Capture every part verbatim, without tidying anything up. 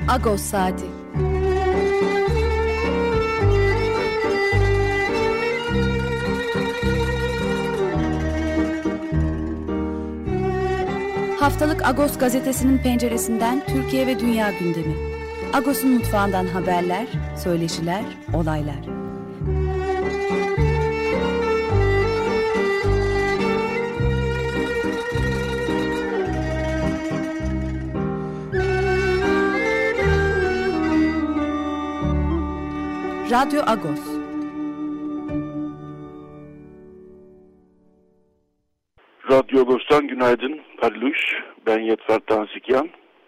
Agos Saati. Haftalık Agos gazetesinin penceresinden Türkiye ve dünya gündemi. Agos'un mutfağından haberler, söyleşiler, olaylar. Radyo Agos. Radyo Agos'tan günaydın. Parluş, ben Yetvar Tansikyan.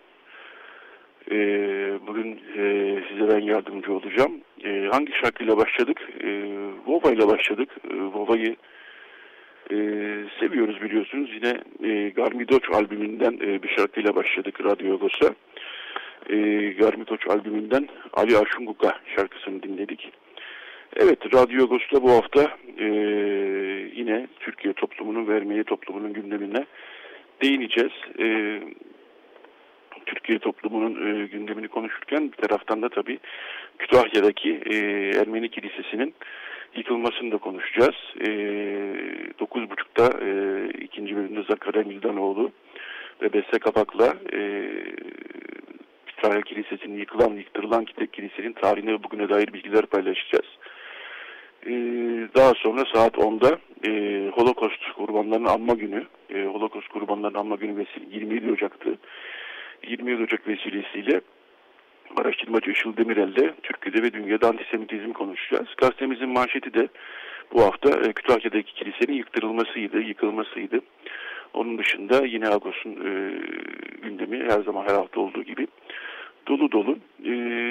Ee, bugün e, size ben yardımcı olacağım. E, hangi şarkıyla başladık? E, Vova ile başladık. E, Vova'yı e, seviyoruz biliyorsunuz. Yine e, Garmidoç albümünden e, bir şarkıyla başladık Radyo Agos'a. E, Garmidoç albümünden Ali Aşunguka şarkısını dinledik. Evet, Radyo Agos'ta bu hafta e, yine Türkiye toplumunun ve Ermeni toplumunun gündemine değineceğiz. E, Türkiye toplumunun e, gündemini konuşurken bir taraftan da tabii Kütahya'daki e, Ermeni Kilisesi'nin yıkılmasını da konuşacağız. E, dokuz buçukta e, ikinci bölümde Zakara Mildanoğlu ve Beste Kapak'la e, Kütahya Kilisesi'nin yıkılan, yıktırılan kilisenin tarihine ve bugüne dair bilgiler paylaşacağız. Ee, daha sonra saat onda e, Holocaust kurbanlarının anma günü, e, Holocaust kurbanlarının anma günü vesile, yirmi yedi Ocak'tı. yirmi yedi Ocak vesilesiyle araştırmacı Işıl Demirel'le Türkiye'de ve dünyada antisemitizm konuşacağız. Gazetemizin manşeti de bu hafta e, Kütahya'daki kilisenin yıktırılmasıydı, yıkılmasıydı. Onun dışında yine Agos'un e, gündemi her zaman her hafta olduğu gibi dolu dolu. Ee,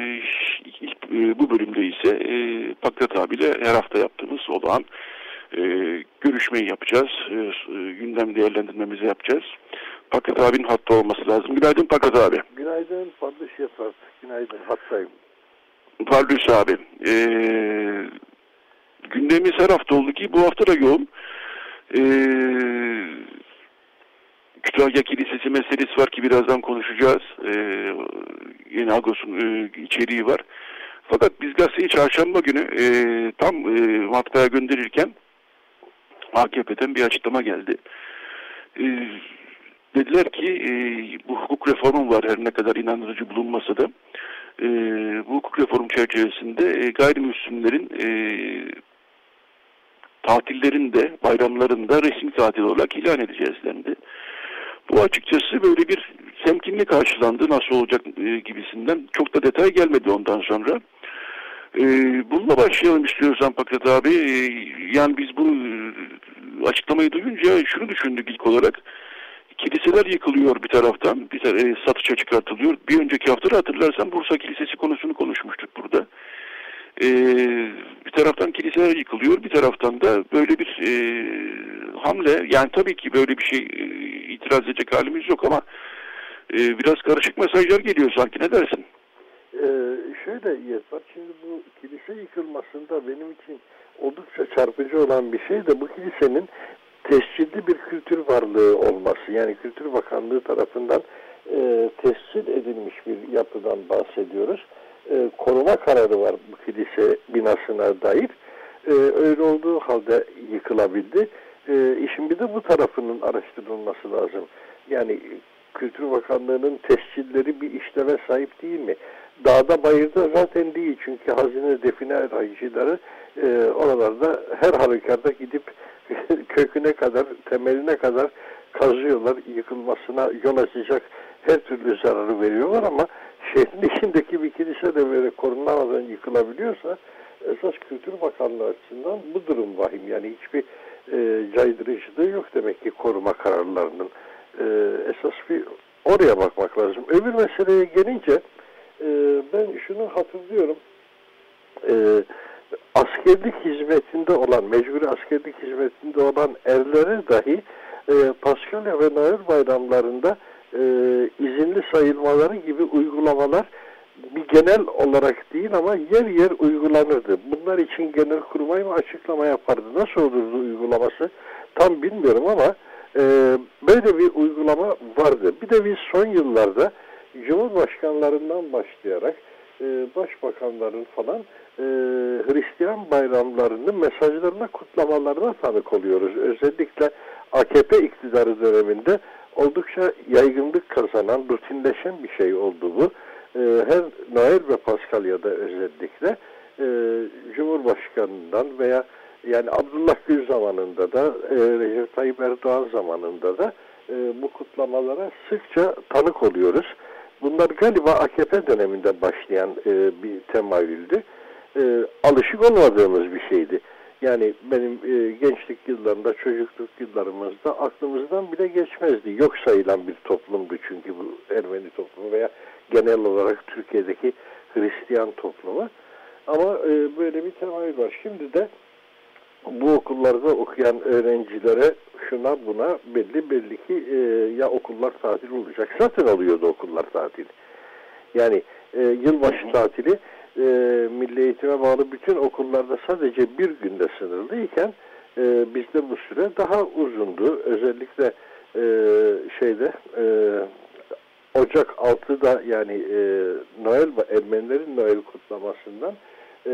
e, bu bölümde ise e, Pakrat abiyle her hafta yaptığımız olağan e, görüşmeyi yapacağız. E, gündem değerlendirmemizi yapacağız. Pakrat abinin hatta olması lazım. Günaydın Pakrat abi. Günaydın Pardüş Yetvar. Günaydın, hattayım. Pardüş abi. E, gündemimiz her hafta oldu ki bu hafta da yoğun. Eee Kütahya Kilisesi meselesi var ki birazdan konuşacağız. Ee, yine Agos'un e, içeriği var. Fakat biz gazeteyi çarşamba günü e, tam e, matbaaya gönderirken A K P'den bir açıklama geldi. E, dediler ki e, bu hukuk reformu var her ne kadar inandırıcı bulunmasa da. E, bu hukuk reformu çerçevesinde e, gayrimüslimlerin e, tatillerinde, bayramlarında resmi tatil olarak ilan edeceğiz dendi. Bu açıkçası böyle bir temkinli karşılandı, nasıl olacak e, gibisinden. Çok da detay gelmedi ondan sonra. E, bununla başlayalım istiyorsan Pakrat abi. E, yani biz bu e, açıklamayı duyunca şunu düşündük ilk olarak. Kiliseler yıkılıyor bir taraftan, bir tar e, satışa çıkartılıyor. Bir önceki hafta da hatırlarsan Bursa Kilisesi konusunu konuşmuştuk burada. E, bir taraftan kiliseler yıkılıyor, bir taraftan da böyle bir e, hamle. Yani tabii ki böyle bir şey e, itiraz edecek halimiz yok ama e, biraz karışık mesajlar geliyor sanki, ne dersin? Ee, şöyle Yetvar, şimdi bu kilise yıkılmasında benim için oldukça çarpıcı olan bir şey de bu kilisenin tescilli bir kültür varlığı olması. Yani Kültür Bakanlığı tarafından e, tescil edilmiş bir yapıdan bahsediyoruz. E, koruma kararı var bu kilise binasına dair. E, öyle olduğu halde yıkılabildi. E, işin bir de bu tarafının araştırılması lazım. Yani Kültür Bakanlığı'nın tescilleri bir işleve sahip değil mi? Dağda bayırda zaten değil. Çünkü hazine define arayıcıları e, oralarda her halükarda gidip köküne kadar, temeline kadar kazıyorlar. Yıkılmasına yol açacak her türlü zararı veriyorlar ama şehrin içindeki bir kilise de böyle korunamadan yıkılabiliyorsa esas Kültür Bakanlığı açısından bu durum vahim. Yani hiçbir e, caydırıcılığı yok demek ki koruma kararlarının. E, esas bir oraya bakmak lazım. Öbür meseleye gelince e, ben şunu hatırlıyorum. E, askerlik hizmetinde olan, mecburi askerlik hizmetinde olan erlere dahi e, Paskalya ve Noel bayramlarında e, izinli sayılmaları gibi uygulamalar bir genel olarak değil ama yer yer uygulanırdı. Bunlar için Genelkurmay mı açıklama yapardı? Nasıl olurdu uygulaması? Tam bilmiyorum ama e, böyle bir uygulama vardı. Bir de biz son yıllarda Cumhurbaşkanlarından başlayarak e, başbakanların falan e, Hristiyan bayramlarının mesajlarına, kutlamalarına tanık oluyoruz. Özellikle A K P iktidarı döneminde oldukça yaygınlık kazanan, rutinleşen bir şey oldu bu. E, her Noel ve Paskalya'da özellikle e, Cumhurbaşkanından veya yani Abdullah Gül zamanında da e, Recep Tayyip Erdoğan zamanında da e, bu kutlamalara sıkça tanık oluyoruz. Bunlar galiba A K P döneminde başlayan e, bir temayüldü. E, alışık olmadığımız bir şeydi. Yani benim e, gençlik yıllarında, çocukluk yıllarımızda aklımızdan bile geçmezdi. Yok sayılan bir toplumdu çünkü bu Ermeni toplumu veya genel olarak Türkiye'deki Hristiyan toplumu. Ama e, böyle bir temayül var. Şimdi de bu okullarda okuyan öğrencilere şuna buna belli belli ki e, ya okullar tatil olacak. Zaten oluyordu okullar tatil. Yani e, yılbaşı tatili e, milli eğitime bağlı bütün okullarda sadece bir günde sınırlıyken e, bizde bu süre daha uzundu. Özellikle e, şeyde e, Ocak altıda yani e, Noel, Ermenilerin Noel kutlamasından e,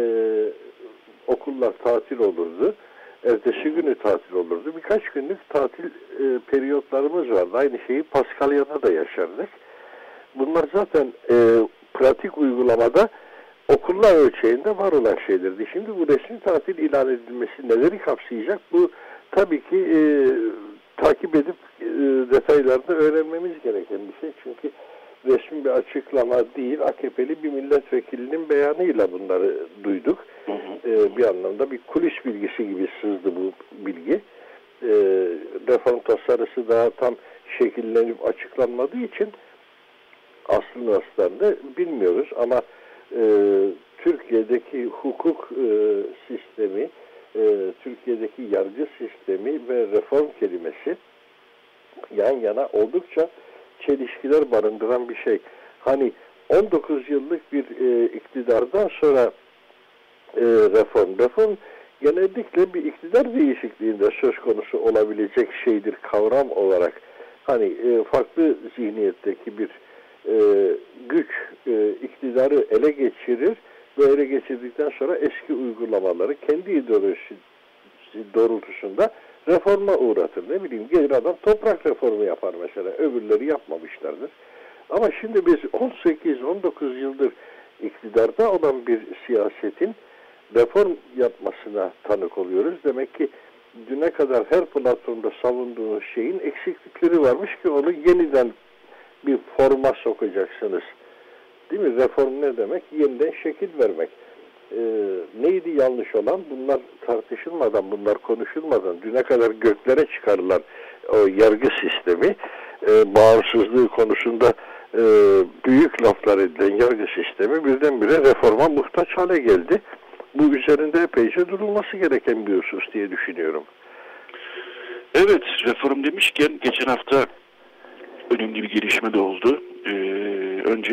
okullar tatil olurdu. Ertesi günü tatil olurdu. Birkaç günlük tatil e, periyotlarımız vardı. Aynı şeyi Paskalya'da da yaşardık. Bunlar zaten e, pratik uygulamada okullar ölçeğinde var olan şeylerdi. Şimdi bu resmi tatil ilan edilmesi neleri kapsayacak? Bu tabii ki e, takip edip e, detaylarını öğrenmemiz gereken bir şey. Çünkü resmi bir açıklama değil, A K P'li bir milletvekilinin beyanıyla bunları duyduk. Hı hı. Ee, bir anlamda bir kulis bilgisi gibi sızdı bu bilgi. Ee, reform tasarısı daha tam şekillenip açıklanmadığı için aslını aslarını bilmiyoruz. Ama e, Türkiye'deki hukuk e, sistemi, e, Türkiye'deki yargı sistemi ve reform kelimesi yan yana oldukça çelişkiler barındıran bir şey. Hani on dokuz yıllık bir e, iktidardan sonra e, reform. Reform genellikle bir iktidar değişikliğinde söz konusu olabilecek şeydir kavram olarak. Hani e, farklı zihniyetteki bir e, güç e, iktidarı ele geçirir ve ele geçirdikten sonra eski uygulamaları kendi ideolojisi doğrultusunda reforma uğratır. Ne bileyim gelir adam toprak reformu yapar mesela. Öbürleri yapmamışlardır. Ama şimdi biz on sekiz on dokuz yıldır iktidarda olan bir siyasetin reform yapmasına tanık oluyoruz. Demek ki düne kadar her platformda savunduğunuz şeyin eksiklikleri varmış ki onu yeniden bir forma sokacaksınız. Değil mi? Reform ne demek? Yeniden şekil vermek. Ee, neydi yanlış olan? Bunlar tartışılmadan, bunlar konuşulmadan düne kadar göklere çıkarılan o yargı sistemi, e, bağımsızlığı konusunda e, büyük laflar edilen yargı sistemi birdenbire reforma muhtaç hale geldi. Bu üzerinde epeyce durulması gereken bir husus diye düşünüyorum. Evet, reform demişken geçen hafta önemli bir gelişme de oldu. Ee, önce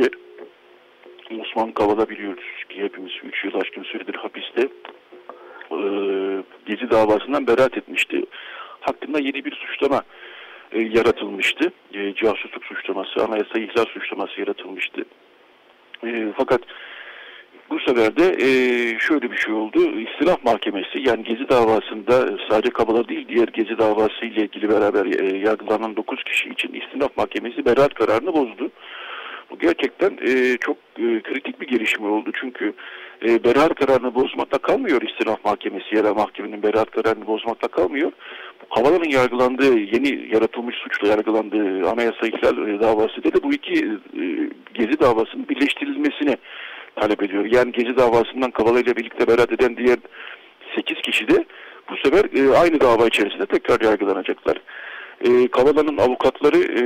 Osman Kavala biliyoruz ki hepimiz üç yıl aşkın süredir hapiste e, Gezi davasından beraat etmişti. Hakkında yeni bir suçlama e, yaratılmıştı. E, casusluk suçlaması, anayasa ihlal suçlaması yaratılmıştı. E, fakat bu sefer de e, şöyle bir şey oldu. İstinaf Mahkemesi yani Gezi davasında sadece Kavala değil diğer Gezi davası ile ilgili beraber e, yargılanan dokuz kişi için İstinaf Mahkemesi beraat kararını bozdu. Bu gerçekten e, çok e, kritik bir gelişme oldu. Çünkü e, beraat kararını bozmakla kalmıyor İstinaf Mahkemesi ya da mahkemenin beraat kararını bozmakla kalmıyor. Kavala'nın yargılandığı, yeni yaratılmış suçla yargılandığı anayasa ihlal e, davası da bu iki e, Gezi davasının birleştirilmesini talep ediyor. Yani Gezi davasından Kavala ile birlikte beraat eden diğer sekiz kişi de bu sefer e, aynı dava içerisinde tekrar yargılanacaklar. E, Kavala'nın avukatları e,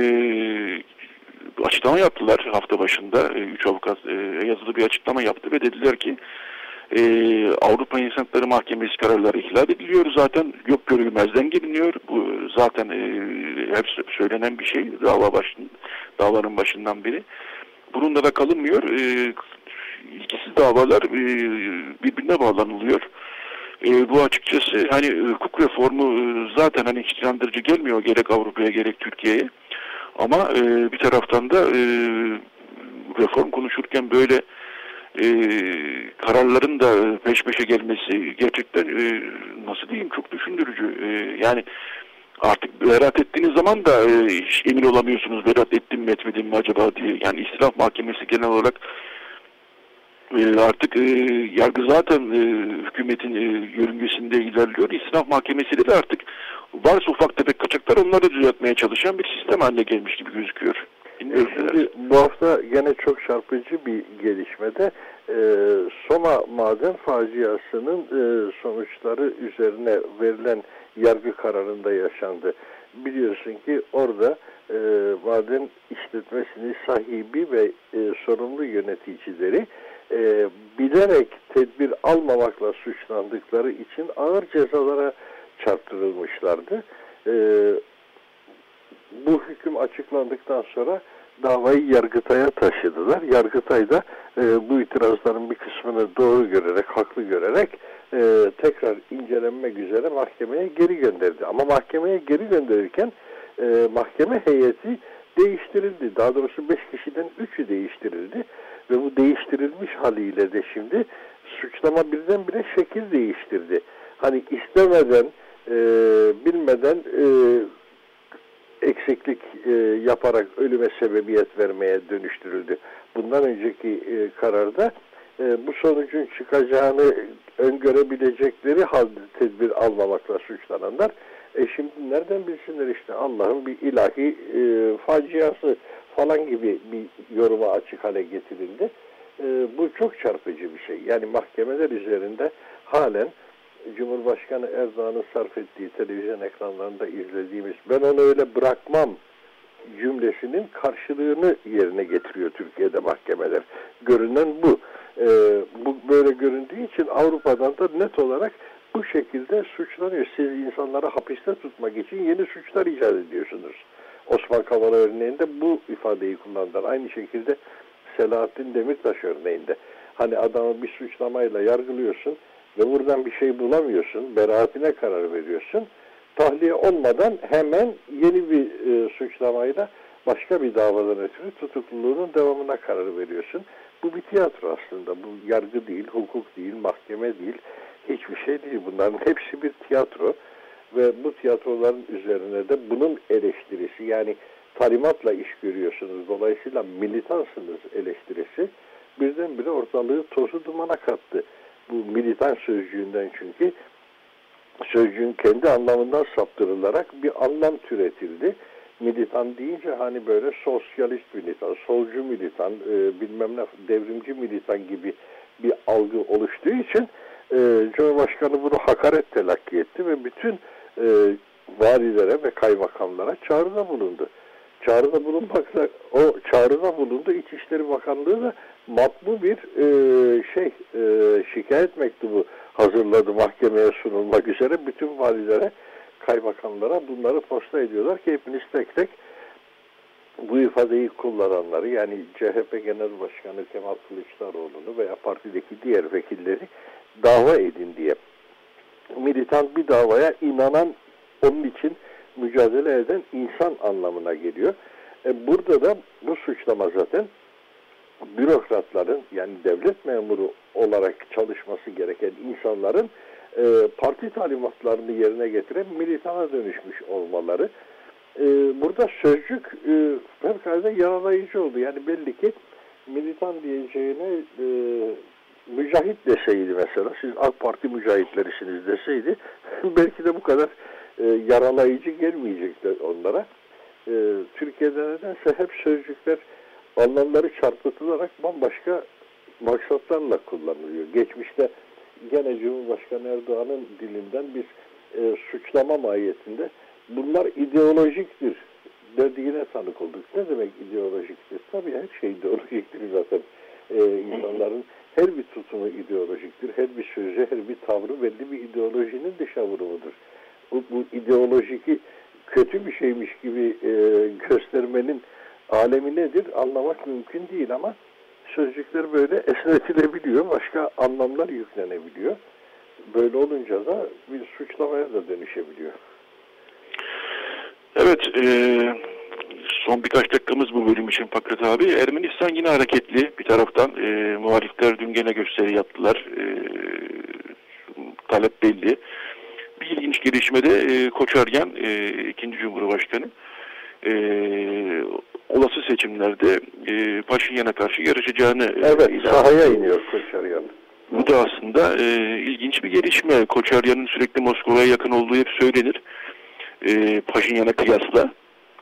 açıklama yaptılar hafta başında. E, üç avukat e, yazılı bir açıklama yaptı ve dediler ki e, Avrupa İnsan Hakları Mahkemesi kararları ihlal ediliyor. Zaten yok görülmezden geliniyor. Bu zaten e, hep söylenen bir şey. Dava başın, davanın başından beri. Bununla da kalınmıyor. E, İkisi davalar e, birbirine bağlanılıyor. E, bu açıkçası hani hukuk reformu e, zaten hani hiç inandırıcı gelmiyor gerek Avrupa'ya gerek Türkiye'ye. Ama e, bir taraftan da e, reform konuşurken böyle e, kararların da peş peşe gelmesi gerçekten e, nasıl diyeyim çok düşündürücü. E, yani artık beraat ettiğiniz zaman da e, hiç emin olamıyorsunuz beraat ettim mi etmedim mi acaba diye. Yani İstinaf Mahkemesi genel olarak e, artık e, yargı zaten e, hükümetin e, yörüngesinde ilerliyor. İstinaf Mahkemesi'de de artık varsa ufak tefek kaçaklar onları düzeltmeye çalışan bir sistem haline gelmiş gibi gözüküyor. Şimdi bu hafta gene çok çarpıcı bir gelişmede e, Soma maden faciasının e, sonuçları üzerine verilen yargı kararında yaşandı. Biliyorsun ki orada e, maden işletmesinin sahibi ve e, sorumlu yöneticileri e, bilerek tedbir almamakla suçlandıkları için ağır cezalara çarptırılmışlardı. E, Bu hüküm açıklandıktan sonra davayı Yargıtay'a taşıdılar. Yargıtay da e, bu itirazların bir kısmını doğru görerek, haklı görerek e, tekrar incelenmek üzere mahkemeye geri gönderdi. Ama mahkemeye geri gönderirken e, mahkeme heyeti değiştirildi. Daha doğrusu beş kişiden üçü değiştirildi. Ve bu değiştirilmiş haliyle de şimdi suçlama birdenbire şekil değiştirdi. Hani istemeden, e, bilmeden e, eksiklik e, yaparak ölüme sebebiyet vermeye dönüştürüldü. Bundan önceki e, kararda e, bu sonucun çıkacağını öngörebilecekleri halde tedbir almamakla suçlananlar e şimdi nereden bilsinler işte Allah'ın bir ilahi e, faciası falan gibi bir yoruma açık hale getirildi. E, bu çok çarpıcı bir şey. Yani mahkemeler üzerinde halen Cumhurbaşkanı Erdoğan'ın sarf ettiği televizyon ekranlarında izlediğimiz ben onu öyle bırakmam cümlesinin karşılığını yerine getiriyor Türkiye'de mahkemeler. Görünen bu. Ee, bu böyle göründüğü için Avrupa'dan da net olarak bu şekilde suçlanıyor. Siz insanları hapiste tutmak için yeni suçlar icat ediyorsunuz. Osman Kavala örneğinde bu ifadeyi kullandılar. Aynı şekilde Selahattin Demirtaş örneğinde. Hani adamı bir suçlamayla yargılıyorsun ve buradan bir şey bulamıyorsun, beraatine karar veriyorsun. Tahliye olmadan hemen yeni bir e, suçlamayla başka bir davadan ötürü tutukluluğunun devamına karar veriyorsun. Bu bir tiyatro aslında. Bu yargı değil, hukuk değil, mahkeme değil, hiçbir şey değil. Bunların hepsi bir tiyatro ve bu tiyatroların üzerine de bunun eleştirisi, yani talimatla iş görüyorsunuz, dolayısıyla militansınız eleştirisi birdenbire ortalığı tozu dumana kattı. Bu militan sözcüğünden, çünkü sözcüğün kendi anlamından saptırılarak bir anlam türetildi. Militan deyince hani böyle sosyalist militan, solcu militan, e, bilmem ne devrimci militan gibi bir algı oluştuğu için e, Cumhurbaşkanı bunu hakaret telakki etti ve bütün e, valilere ve kaymakamlara çağrıda bulundu. Çağrıda bulunmakla, o çağrıda bulundu. İçişleri Bakanlığı da matbu bir e, şey e, şikayet mektubu hazırladı mahkemeye sunulmak üzere. Bütün valilere, kaymakamlara bunları posta ediyorlar ki hepiniz tek tek bu ifadeyi kullananları, yani C H P Genel Başkanı Kemal Kılıçdaroğlu'nu veya partideki diğer vekilleri dava edin diye. Militan bir davaya inanan, onun için mücadele eden insan anlamına geliyor. E burada da bu suçlama zaten bürokratların, yani devlet memuru olarak çalışması gereken insanların e, parti talimatlarını yerine getiren militana dönüşmüş olmaları. E, burada sözcük e, fevkalade yaralayıcı oldu. Yani belli ki militan diyeceğine e, mücahit deseydi mesela, siz AK Parti mücahitlerisiniz deseydi belki de bu kadar e, yaralayıcı gelmeyecekti onlara. E, Türkiye'de nedense hep sözcükler anlamları çarpıtılarak bambaşka maksatlarla kullanılıyor. Geçmişte gene Cumhurbaşkanı Erdoğan'ın dilinden biz e, suçlama mahiyetinde bunlar ideolojiktir dediğine tanık olduk. Ne demek ideolojiktir? Tabii her şey ideolojiktir zaten. E, insanların her bir tutumu ideolojiktir. Her bir sözü, her bir tavrı belli bir ideolojinin dışa vurumudur. Bu, bu ideolojiki kötü bir şeymiş gibi e, göstermenin alemi nedir? Anlamak mümkün değil ama sözcükler böyle esnetilebiliyor, başka anlamlar yüklenebiliyor. Böyle olunca da bir suçlamaya da dönüşebiliyor. Evet, e, son birkaç dakikamız bu bölüm için Fakret abi. Ermenistan yine hareketli bir taraftan. E, muhalifler dün gene gösteri yaptılar. E, talep belli. Bir ilginç gelişmede e, Koçaryan, e, ikinci Cumhurbaşkanı, e, olası seçimlerde e, Paşinyan'a karşı yarışacağını evet, e, sahaya iniyor Koçaryan. Bu da aslında e, ilginç bir gelişme. Koçaryan'ın sürekli Moskova'ya yakın olduğu hep söylenir. E, Paşinyan'a kıyasla.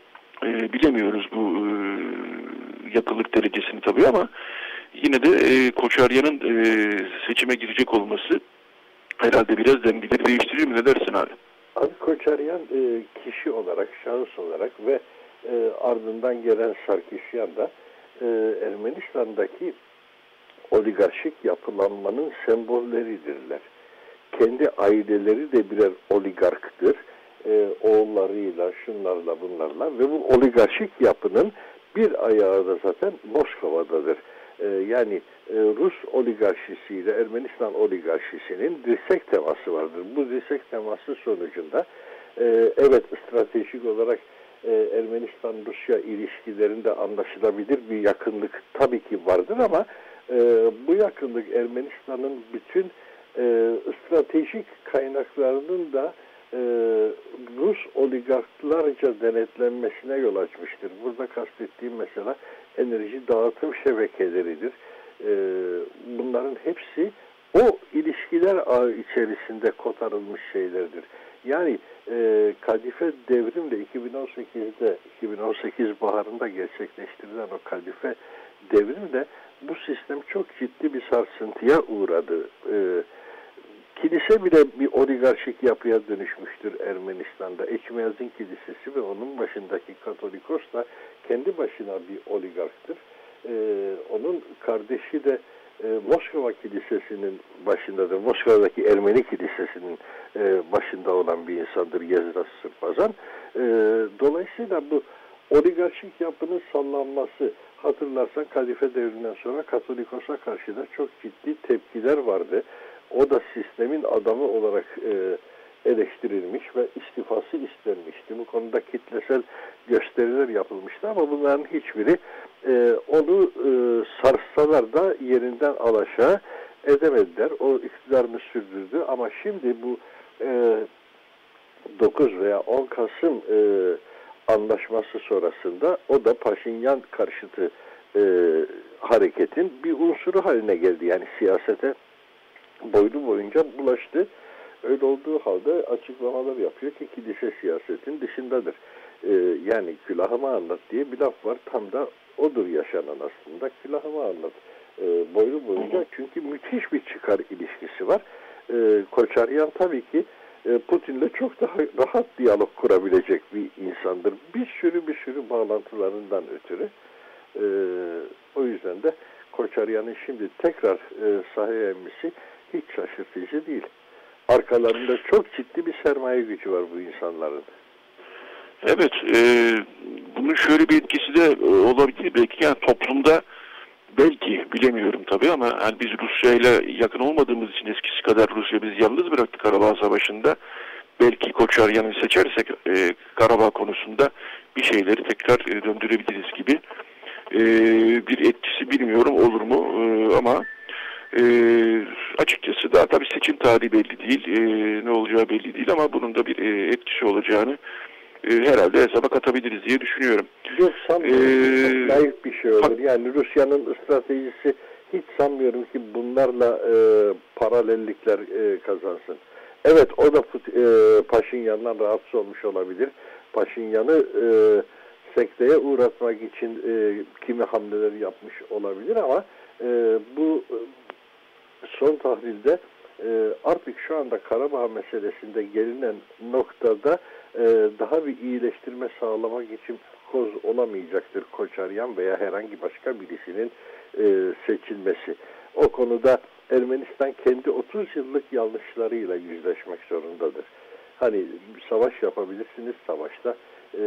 E, bilemiyoruz bu e, yakınlık derecesini tabii ama yine de e, Koçaryan'ın e, seçime girecek olması herhalde biraz dengeleri değiştirir mi? Ne dersin abi? Abi Koçaryan e, kişi olarak, şahıs olarak ve e, ardından gelen Sarkisyan da e, Ermenistan'daki oligarşik yapılanmanın sembolleridirler. Kendi aileleri de birer oligarktır. E, oğullarıyla, şunlarla, bunlarla ve bu oligarşik yapının bir ayağı da zaten Moskova'dadır. E, yani e, Rus oligarşisiyle Ermenistan oligarşisinin dirsek teması vardır. Bu dirsek teması sonucunda e, evet stratejik olarak e, Ermenistan-Rusya ilişkilerinde anlaşılabilir bir yakınlık tabii ki vardır ama e, bu yakınlık Ermenistan'ın bütün e, stratejik kaynaklarının da e, Rus oligarklarca denetlenmesine yol açmıştır. Burada kastettiğim mesela enerji dağıtım şebekeleridir. E, bunların hepsi o ilişkiler ağı içerisinde kotarılmış şeylerdir. Yani e, Kadife devrimle iki bin on sekizde, iki bin on sekiz baharında gerçekleştirilen o Kadife devrimle bu sistem çok ciddi bir sarsıntıya uğradı. E, kilise bile bir oligarşik yapıya dönüşmüştür Ermenistan'da. Eçmiyaz'ın kilisesi ve onun başındaki Katolikos da kendi başına bir oligarktır. E, onun kardeşi de e, Moskova Kilisesi'nin başındadır. Moskova'daki Ermeni Kilisesi'nin e, başında olan bir insandır Yezras Sırpazan. E, dolayısıyla bu oligarşik yapının sallanması, hatırlarsan Kadife devrinden sonra Katolikos'a karşı da çok ciddi tepkiler vardı. O da sistemin adamı olarak e, eleştirilmiş ve istifası istenmişti. Bu konuda kitlesel gösteriler yapılmıştı ama bunların hiçbiri e, onu e, sarssalar da yerinden alaşağı edemediler. O iktidarını sürdürdü ama şimdi bu e, dokuz veya on Kasım e, anlaşması sonrasında o da Paşinyan karşıtı e, hareketin bir unsuru haline geldi. Yani siyasete boylu boyunca bulaştı. Öyle olduğu halde açıklamalar yapıyor ki kilise siyasetin dışındadır. Ee, yani külahıma anlat diye bir laf var. Tam da odur yaşanan aslında. Külahıma anlat. Ee, boylu boyunca çünkü müthiş bir çıkar ilişkisi var. Ee, Koçaryan tabii ki e, Putin'le çok daha rahat diyalog kurabilecek bir insandır. Bir sürü bir sürü bağlantılarından ötürü. Ee, o yüzden de Koçaryan'ın şimdi tekrar e, sahaya inmesi hiç şaşırtıcı değil. Arkalarında çok ciddi bir sermaye gücü var bu insanların. Evet, e, bunun şöyle bir etkisi de olabilir. Belki yani toplumda, belki bilemiyorum tabii ama yani biz Rusya ile yakın olmadığımız için eskisi kadar Rusya bizi yalnız bıraktı Karabağ Savaşı'nda. Belki Koçaryan'ı seçersek e, Karabağ konusunda bir şeyleri tekrar e, döndürebiliriz gibi e, bir etkisi bilmiyorum olur mu e, ama e, açıkçası daha tabii seçim tarihi belli değil, e, ne olacağı belli değil ama bunun da bir e, etkisi olacağını e, herhalde hesaba katabiliriz diye düşünüyorum. Yok sanmıyorum. Ee, layık bir şey olur. Yani Rusya'nın stratejisi hiç sanmıyorum ki bunlarla e, paralellikler e, kazansın. Evet o da e, Paşinyan'dan rahatsız olmuş olabilir. Paşinyan'ı e, sekteye uğratmak için e, kimi hamleler yapmış olabilir ama e, bu e, son tahlilde e, artık şu anda Karabağ meselesinde gelinen noktada e, daha bir iyileştirme sağlamak için koz olamayacaktır Koçaryan veya herhangi başka birisinin e, seçilmesi. O konuda Ermenistan kendi otuz yıllık yanlışlarıyla yüzleşmek zorundadır. Hani savaş yapabilirsiniz, savaşta e,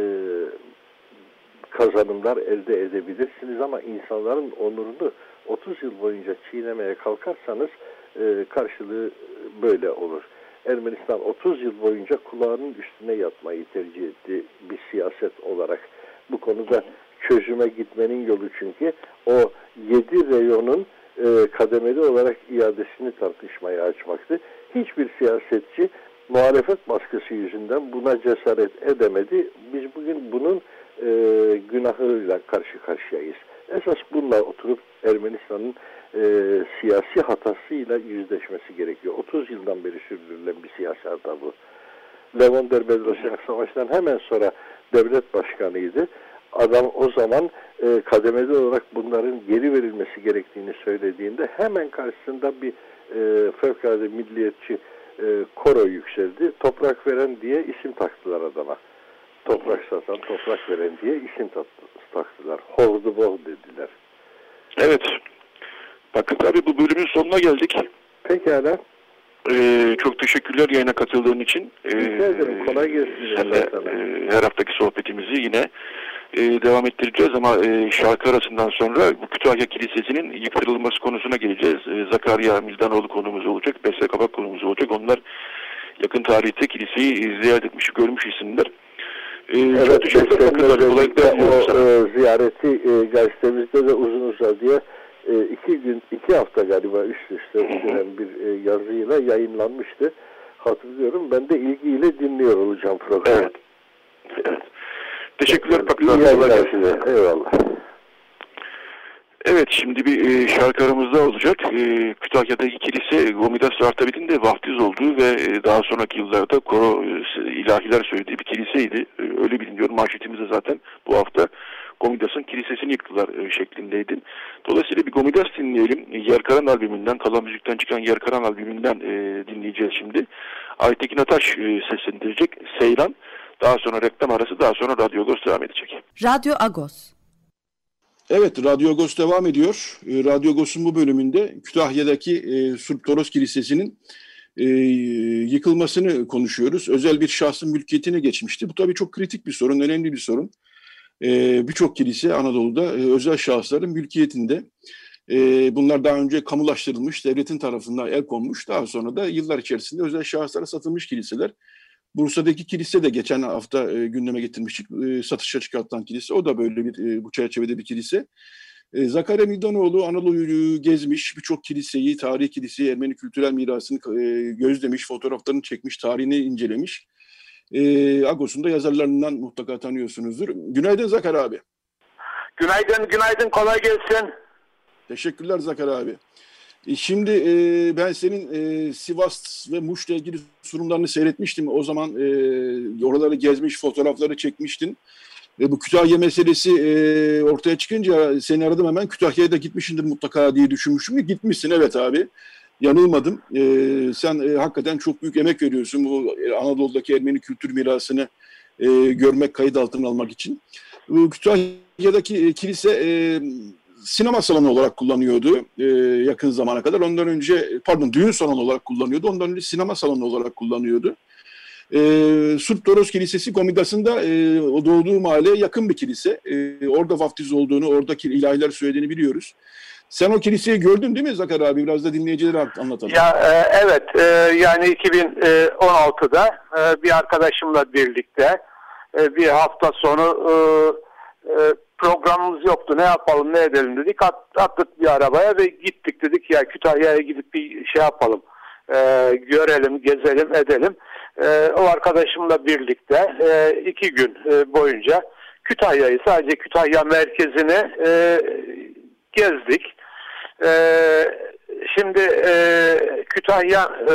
kazanımlar elde edebilirsiniz ama insanların onurunu otuz yıl boyunca çiğnemeye kalkarsanız e, karşılığı böyle olur. Ermenistan otuz yıl boyunca kulağının üstüne yatmayı tercih etti bir siyaset olarak. bu konuda çözüme gitmenin yolu çünkü o yedi reyonun e, kademeli olarak iadesini tartışmaya açmaktı. Hiçbir siyasetçi muhalefet baskısı yüzünden buna cesaret edemedi. Biz bugün bunun e, günahıyla karşı karşıyayız. Esas bununla oturup Ermenistan'ın e, siyasi hatasıyla yüzleşmesi gerekiyor. otuz yıldan beri sürdürülen bir siyasi hata bu. Levonder Bedrosyan savaştan hemen sonra devlet başkanıydı. Adam o zaman e, kademeli olarak bunların geri verilmesi gerektiğini söylediğinde hemen karşısında bir e, fevkalade milliyetçi e, koro yükseldi. Toprak veren diye isim taktılar adama. Toprak satan, toprak veren diye isim taktılar. Horduboh dediler. Evet. Bakın tabii bu bölümün sonuna geldik. Pekala. Ee, çok teşekkürler yayına katıldığın için. Ee, Rica ederim. Kolay gelsin. Senle e, her haftaki sohbetimizi yine e, devam ettireceğiz ama e, şarkı arasından sonra bu Kütahya Kilisesi'nin yıktırılması konusuna geleceğiz. E, Zakarya Mildanoğlu konumuz olacak, Besle Kabak konumuz olacak. Onlar yakın tarihte kiliseyi ziyaret etmiş, görmüş isimler. E, evet, Besle'nin o e, ziyareti e, gazetemizde de uzun uzadıya e, iki gün, iki hafta galiba üst üste süren bir e, yazıyla yayınlanmıştı. Hatırlıyorum. Ben de ilgiyle dinliyor olacağım programı. Evet. Evet. Teşekkürler. Evet, eyvallah. Evet, şimdi bir e, şarkı aramızda olacak. E, Kütahya'daki kilise Gomidas Artabid'in de vaftiz olduğu ve e, daha sonraki yıllarda koro e, ilahiler söylediği bir kiliseydi. E, öyle biliniyor. Manşetimizde zaten bu hafta Gomidas'ın kilisesini yıktılar e, şeklindeydi. Dolayısıyla bir Gomidas dinleyelim. Yerkaran albümünden, Kala Müzik'ten çıkan Yerkaran albümünden e, dinleyeceğiz şimdi. Aytekin Ataş e, seslendirecek Seyran. Daha sonra reklam arası, daha sonra Radyo Agos devam edecek. Radyo Agos. Evet, Radyo Agos devam ediyor. E, Radyo Agos'un bu bölümünde Kütahya'daki e, Surp Toros Kilisesi'nin e, yıkılmasını konuşuyoruz. Özel bir şahsın mülkiyetine geçmişti. Bu tabii çok kritik bir sorun, önemli bir sorun. E, Birçok kilise Anadolu'da e, özel şahısların mülkiyetinde. E, bunlar daha önce kamulaştırılmış, devletin tarafından el konmuş. Daha sonra da yıllar içerisinde özel şahıslara satılmış kiliseler. Bursa'daki kilise de geçen hafta e, gündeme getirmiştik. E, satışa çıkartılan kilise. O da böyle bir e, bu çerçevede bir kilise. E, Zakarya Mildanoğlu Anadolu'yu gezmiş. Birçok kiliseyi, tarihi kiliseyi, Ermeni kültürel mirasını e, gözlemiş, fotoğraflarını çekmiş, tarihini incelemiş. E, Agos'un da yazarlarından mutlaka tanıyorsunuzdur. Günaydın Zakar abi. Günaydın, günaydın. Kolay gelsin. Teşekkürler Zakar abi. Şimdi e, ben senin e, Sivas ve Muş'la ilgili sunumlarını seyretmiştim. O zaman e, oraları gezmiş, fotoğrafları çekmiştin. E, bu Kütahya meselesi e, ortaya çıkınca seni aradım hemen. Kütahya'ya da gitmişsindir mutlaka diye düşünmüştüm. Gitmişsin, evet abi. Yanılmadım. E, sen e, hakikaten çok büyük emek veriyorsun bu Anadolu'daki Ermeni kültür mirasını e, görmek, kayıt altına almak için. Bu Kütahya'daki e, kilise... E, sinema salonu olarak kullanıyordu e, yakın zamana kadar. Ondan önce, pardon düğün salonu olarak kullanıyordu. Ondan önce sinema salonu olarak kullanıyordu. E, Surp Toros Kilisesi Gomidas'ında e, o doğduğu mahalleye yakın bir kilise. E, orada vaftiz olduğunu, oradaki ilahiler söylediğini biliyoruz. Sen o kiliseyi gördün değil mi Zakar abi? Biraz da dinleyicilere anlatalım. Ya e, evet, e, yani iki bin on altıda e, bir arkadaşımla birlikte e, bir hafta sonu e, e, programımız yoktu. Ne yapalım, ne edelim dedik. At, attık bir arabaya ve gittik, dedik ya Kütahya'ya gidip bir şey yapalım. E, görelim, gezelim, edelim. E, o arkadaşımla birlikte e, iki gün e, boyunca Kütahya'yı, sadece Kütahya merkezini e, gezdik. E, şimdi e, Kütahya e,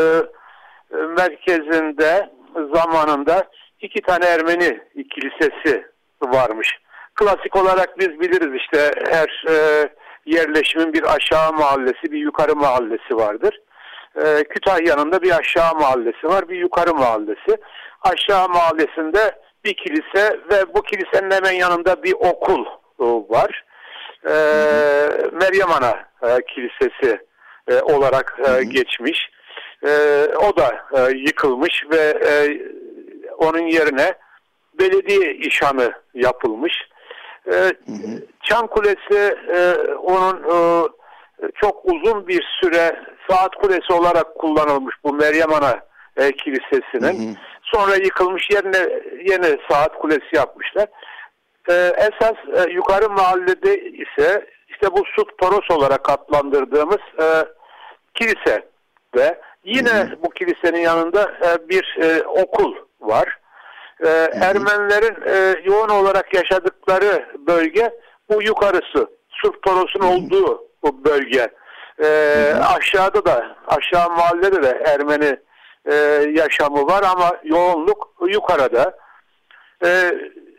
merkezinde zamanında iki tane Ermeni kilisesi varmış. Klasik olarak biz biliriz işte, her e, yerleşimin bir aşağı mahallesi, bir yukarı mahallesi vardır. E, Kütahya'nın da bir aşağı mahallesi var, bir yukarı mahallesi. Aşağı mahallesinde bir kilise ve bu kilisenin hemen yanında bir okul e, var. E, Meryem Ana e, Kilisesi e, olarak e, geçmiş. E, o da e, yıkılmış ve e, onun yerine belediye işhanı yapılmış. Ee, hı hı. Çan Kulesi e, onun e, çok uzun bir süre saat kulesi olarak kullanılmış bu Meryem Ana e, Kilisesi'nin. Hı hı. Sonra yıkılmış, yerine yeni saat kulesi yapmışlar. E, esas e, yukarı mahallede ise işte bu Sut Toros olarak adlandırdığımız e, kilise ve yine hı hı. bu kilisenin yanında e, bir e, okul var. E, Ermenilerin e, yoğun olarak yaşadıkları bölge bu yukarısı. Sut Toros'un olduğu bu bölge. E, aşağıda da, aşağı mahallede de Ermeni e, yaşamı var ama yoğunluk yukarıda. E,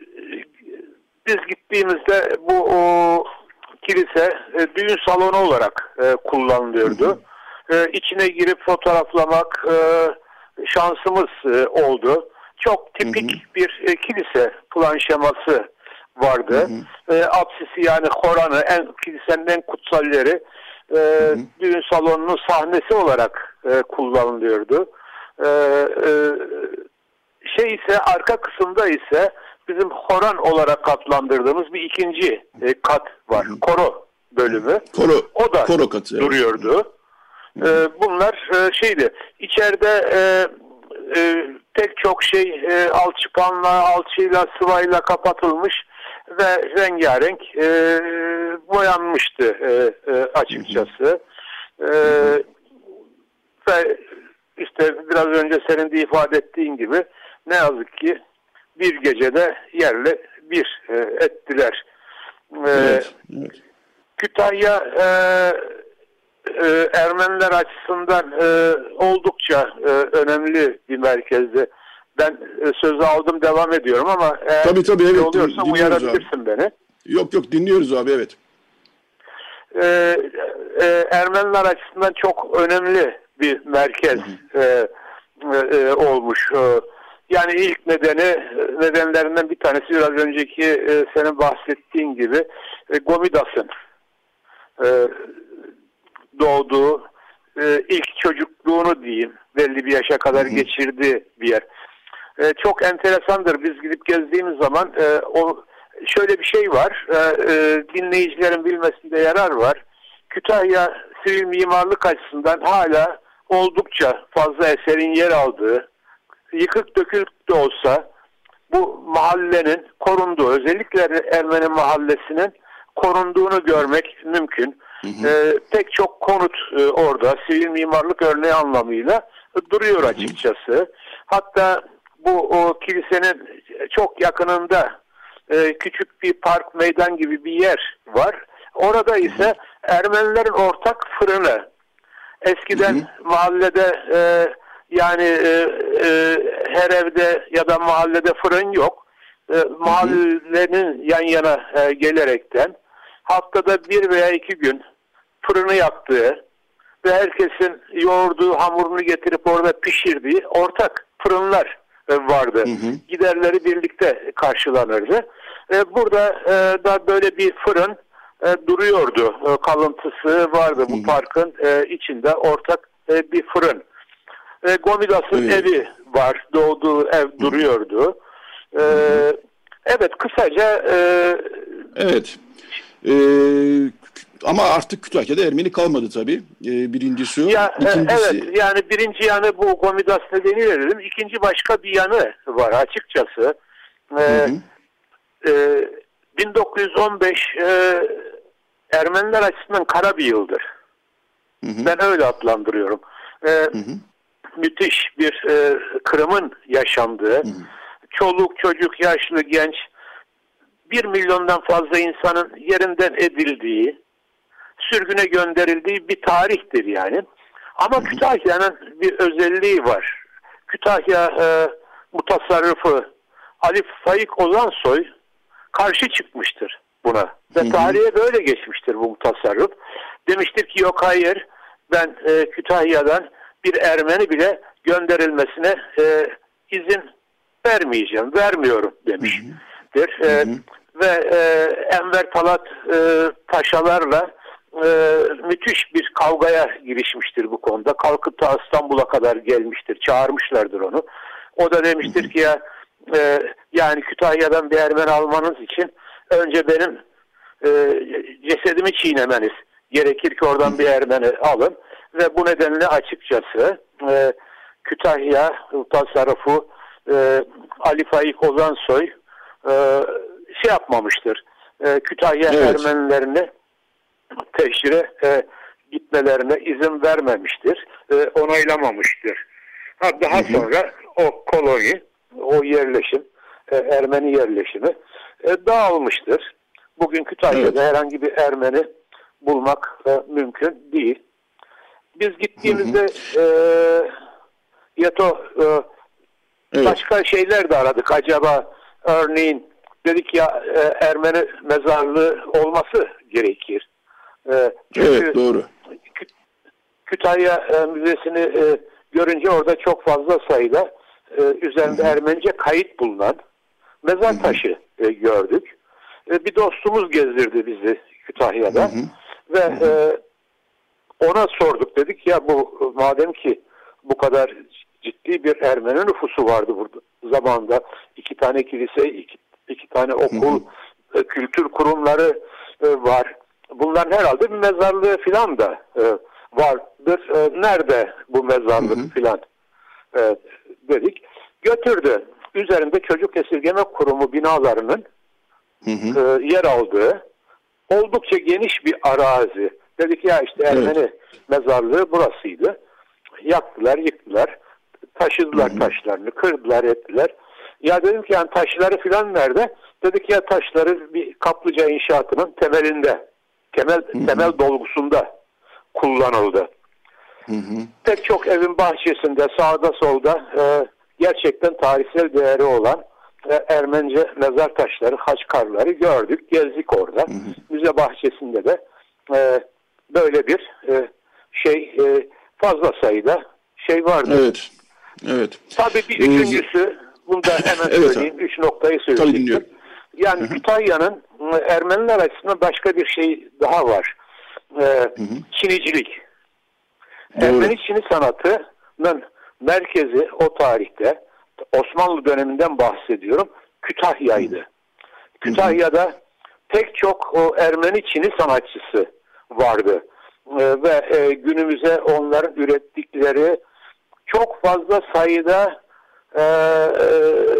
biz gittiğimizde bu o, kilise e, düğün salonu olarak e, kullanılıyordu. E, içine girip fotoğraflamak e, şansımız e, oldu. Çok tipik hı hı. bir e, kilise plan şeması vardı. Hı hı. E, apsisi yani Koran'ı, en, kilisenin en kutsal yeri e, hı hı. düğün salonunun sahnesi olarak e, kullanılıyordu. E, e, şey ise arka kısımda ise bizim Koran olarak adlandırdığımız bir ikinci e, kat var. Hı hı. Koro bölümü. Koro, o da koro katı, duruyordu. Evet. E, bunlar e, şeydi. İçeride e, e, pek çok şey e, alçıpanla, alçıyla, sıvayla kapatılmış ve rengarenk e, boyanmıştı e, e, açıkçası. Hı hı. E, ve işte biraz önce senin de ifade ettiğin gibi ne yazık ki bir gecede yerle bir e, ettiler. E, evet, evet. Kütahya e, e, Ermeniler açısından e, oldukça e, önemli bir merkezdi. Ben e, sözü aldım, devam ediyorum ama eğer tabii, tabii, evet, oluyorsa uyarabilirsin beni. Yok yok dinliyoruz abi, evet. E, e, Ermeniler açısından çok önemli bir merkez e, e, olmuş. E, Yani ilk nedeni, nedenlerinden bir tanesi biraz önceki e, senin bahsettiğin gibi e, Gomidas'ın e, doğduğu, e, ilk çocukluğunu diyeyim, belli bir yaşa kadar hı hı. geçirdiği bir yer. E, çok enteresandır. Biz gidip gezdiğimiz zaman e, o şöyle bir şey var, e, e, dinleyicilerin bilmesinde yarar var. Kütahya sivil mimarlık açısından hala oldukça fazla eserin yer aldığı, yıkık dökük de olsa bu mahallenin korunduğu, özellikle Ermeni mahallesinin korunduğunu görmek mümkün. Hı hı. Ee, pek çok konut e, orada sivil mimarlık örneği anlamıyla e, duruyor açıkçası. Hı hı. Hatta bu o kilisenin çok yakınında e, küçük bir park, meydan gibi bir yer var. Orada ise hı hı. Ermenilerin ortak fırını. Eskiden hı hı. mahallede e, yani e, e, her evde ya da mahallede fırın yok. E, mahallenin yan yana e, gelerekten haftada bir veya iki gün fırını yaktığı ve herkesin yoğurduğu hamurunu getirip orada pişirdiği ortak fırınlar e, vardı. Hı hı. Giderleri birlikte karşılanırdı. E, burada e, da böyle bir fırın e, duruyordu. E, kalıntısı vardı. Hı hı. Bu parkın e, içinde ortak e, bir fırın. E, Gomidas'ın evet. evi var. Doğduğu ev Hı. duruyordu. E, evet kısaca e, evet. E, ama artık Kütahya'da Ermeni kalmadı tabii. E, birincisi o. Ya, İkincisi... Evet yani birinci yanı bu Gomidas nedeniyle dedim. İkinci başka bir yanı var açıkçası. E, e, bin dokuz yüz on beş e, Ermeniler açısından kara bir yıldır. Hı hı. Ben öyle adlandırıyorum. E, hı hı. Müthiş bir e, kırımın yaşandığı, hı hı. çoluk, çocuk, yaşlı, genç, bir milyondan fazla insanın yerinden edildiği, sürgüne gönderildiği bir tarihtir yani. Ama hı hı. Kütahya'nın bir özelliği var. Kütahya e, mutasarrıfı Ali Faik Ozansoy karşı çıkmıştır buna. Ve hı hı. tarihe böyle geçmiştir bu mutasarrıf. Demiştir ki yok hayır ben e, Kütahya'dan bir Ermeni bile gönderilmesine e, izin vermeyeceğim, vermiyorum demiştir. Hı hı. E, hı hı. Ve e, Enver Talat e, paşalarla e, müthiş bir kavgaya girişmiştir bu konuda. Kalkıp da İstanbul'a kadar gelmiştir, çağırmışlardır onu. O da demiştir hı hı. ki ya e, yani Kütahya'dan bir Ermeni almanız için önce benim e, cesedimi çiğnemeniz gerekir ki oradan hı hı. bir Ermeni alın. Ve bu nedenle açıkçası e, Kütahya tasarrufu e, Ali Faik Ozansoy e, şey yapmamıştır. E, Kütahya evet. Ermenilerini teşhire e, gitmelerine izin vermemiştir. E, onaylamamıştır. Ha, daha hı hı. sonra o koloni, o yerleşim, e, Ermeni yerleşimi e, dağılmıştır. Bugün Kütahya'da evet. herhangi bir Ermeni bulmak e, mümkün değil. Biz gittiğimizde hı hı. E, Yato e, evet. başka şeyler de aradık. Acaba örneğin dedik ya e, Ermeni mezarlığı olması gerekir. E, evet doğru. Kütahya e, Müzesi'ni e, görünce orada çok fazla sayıda e, üzerinde hı hı. Ermenice kayıt bulunan mezar hı hı. taşı e, gördük. E, bir dostumuz gezdirdi bizi Kütahya'da. Hı hı. Ve hı hı. E, ona sorduk, dedik ya bu madem ki bu kadar ciddi bir Ermeni nüfusu vardı burada zamanında, iki tane kilise, iki, iki tane okul, hı hı. kültür kurumları e, var. Bunların herhalde bir mezarlığı filan da e, vardır. E, nerede bu mezarlık filan e, dedik. Götürdü. Üzerinde Çocuk Esirgeme Kurumu binalarının hı hı. E, yer aldığı oldukça geniş bir arazi. Dedik ya işte Ermeni evet. mezarlığı burasıydı. Yaktılar, yıktılar. Taşıdılar hı hı. taşlarını, kırdılar, ettiler. Ya dedim ki yani taşları filan nerede? Dedik ya taşları bir kaplıca inşaatının temelinde, temel, hı hı. temel dolgusunda kullanıldı. Hı hı. Pek çok evin bahçesinde, sağda solda e, gerçekten tarihsel değeri olan e, Ermenice mezar taşları, haçkarları gördük, gezdik orada. Hı hı. Müze bahçesinde de e, böyle bir e, şey e, fazla sayıda şey vardı. Evet. Evet. Tabii bir üçüncüsü, ee, bunu da hemen evet, söyleyeyim, abi. Üç noktayı söyleyeyim. Yani Hı-hı. Kütahya'nın Ermeniler açısından başka bir şey daha var. Ee, Çinicilik. Doğru. Ermeni Çini sanatının merkezi o tarihte, Osmanlı döneminden bahsediyorum, Kütahya'ydı. Hı-hı. Kütahya'da pek çok o Ermeni Çini sanatçısı vardı. Ee, ve e, günümüze onların ürettikleri çok fazla sayıda e, e,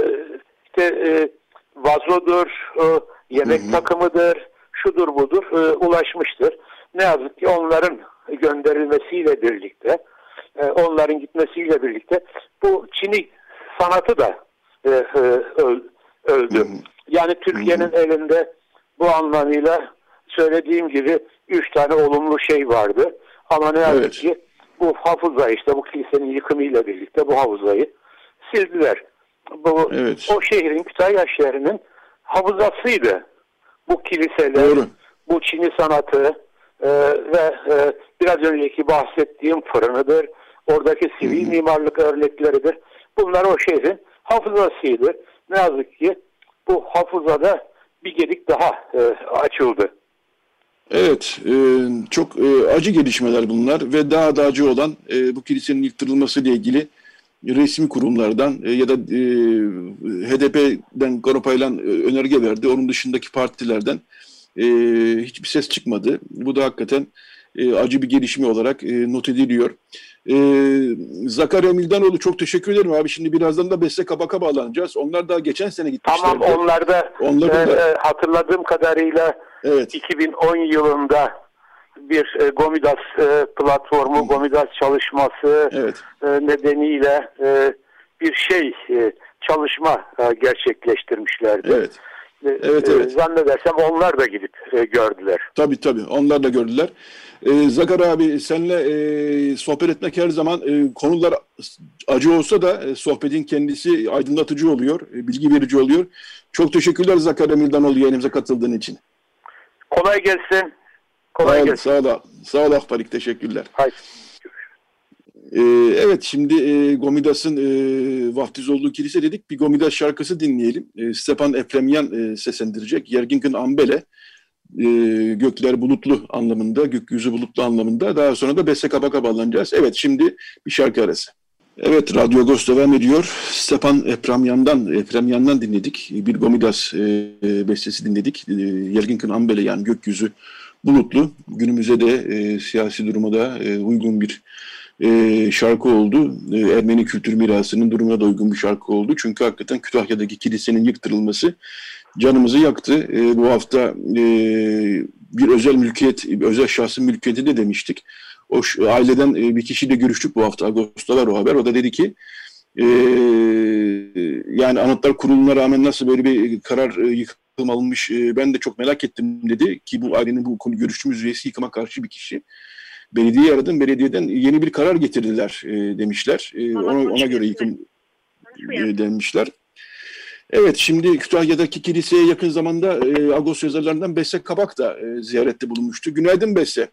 işte e, vazodur, e, yemek hı hı. takımıdır, şudur budur e, ulaşmıştır. Ne yazık ki onların gönderilmesiyle birlikte, e, onların gitmesiyle birlikte bu Çini sanatı da e, e, öldü. Hı hı. Yani Türkiye'nin elinde bu anlamıyla söylediğim gibi üç tane olumlu şey vardı. Ama ne yazık evet. ki bu hafıza, işte bu kilisenin yıkımıyla birlikte bu hafızayı sildiler. Bu evet. o şehrin, Kütahya şehrinin hafızasıydı. Bu kiliseler, Doğru. bu Çini sanatı e, ve e, biraz önceki bahsettiğim fırınıdır. Oradaki sivil Hı-hı. mimarlık örnekleridir. Bunlar o şehrin hafızasıydı. Ne yazık ki bu hafızada bir gedik daha e, açıldı. Evet, e, çok e, acı gelişmeler bunlar ve daha da acı olan e, bu kilisenin yıktırılması ile ilgili resmi kurumlardan e, ya da e, H D P'den Garopaylan e, önerge verdi. Onun dışındaki partilerden e, hiçbir ses çıkmadı. Bu da hakikaten e, acı bir gelişme olarak e, not ediliyor. E, Zakarya Mildanoğlu, çok teşekkür ederim abi. Şimdi birazdan da Beste Kabak'a bağlanacağız. Onlar da geçen sene gitmişlerdi. Tamam, onlar da, onlar da e, hatırladığım kadarıyla evet. iki bin on yılında bir e, Gomidas e, platformu, Hı. Gomidas çalışması evet. e, nedeniyle e, bir şey e, çalışma e, gerçekleştirmişlerdi. Evet. E, evet, evet. E, zannedersem onlar da gidip e, gördüler. Tabii tabii, onlar da gördüler. E, Zakar abi, seninle e, sohbet etmek her zaman e, konular acı olsa da e, sohbetin kendisi aydınlatıcı oluyor, e, bilgi verici oluyor. Çok teşekkürler Zakarya Mildanoğlu, yayınımıza katıldığın için. Kolay gelsin. Kolay sağ gelsin. Sağ ol, sağ ol Akbarik, teşekkürler. Hayır. Ee, evet, şimdi e, Gomidas'ın e, vaftiz olduğu kilise dedik. Bir Gomidas şarkısı dinleyelim. E, Stepan Efremyan e, seslendirecek. Yerginkın Ambele, e, gökler bulutlu anlamında, gökyüzü bulutlu anlamında. Daha sonra da Beste Kabak'a bağlanacağız. Evet, şimdi bir şarkı arası. Evet, Radyo Agos devam ediyor. Stepan Efremyan'dan, Efremyan'dan dinledik. Bir Gomidas e, bestesi dinledik. E, Yerginkın Ambele, yani gökyüzü bulutlu. Günümüze de e, siyasi duruma da e, uygun bir e, şarkı oldu. E, Ermeni kültür mirasının durumuna da uygun bir şarkı oldu. Çünkü hakikaten Kütahya'daki kilisenin yıktırılması canımızı yaktı. E, bu hafta e, bir özel mülkiyet, özel şahsın mülkiyeti de demiştik. O aileden e, bir kişiyle görüştük bu hafta. Ağustos'ta var o haber. O da dedi ki e, yani Anıtlar Kurulu'na rağmen nasıl böyle bir karar e, yıkım alınmış e, ben de çok merak ettim dedi ki bu ailenin bu konu görüştüğümüz üyesi yıkıma karşı bir kişi. Belediyeyi aradım. Belediyeden yeni bir karar getirdiler e, demişler. E, ona, ona göre yıkım e, demişler. Evet, şimdi Kütahya'daki kiliseye yakın zamanda e, Agos yazarlarından Besse Kabak da e, ziyarette bulunmuştu. Günaydın Besse.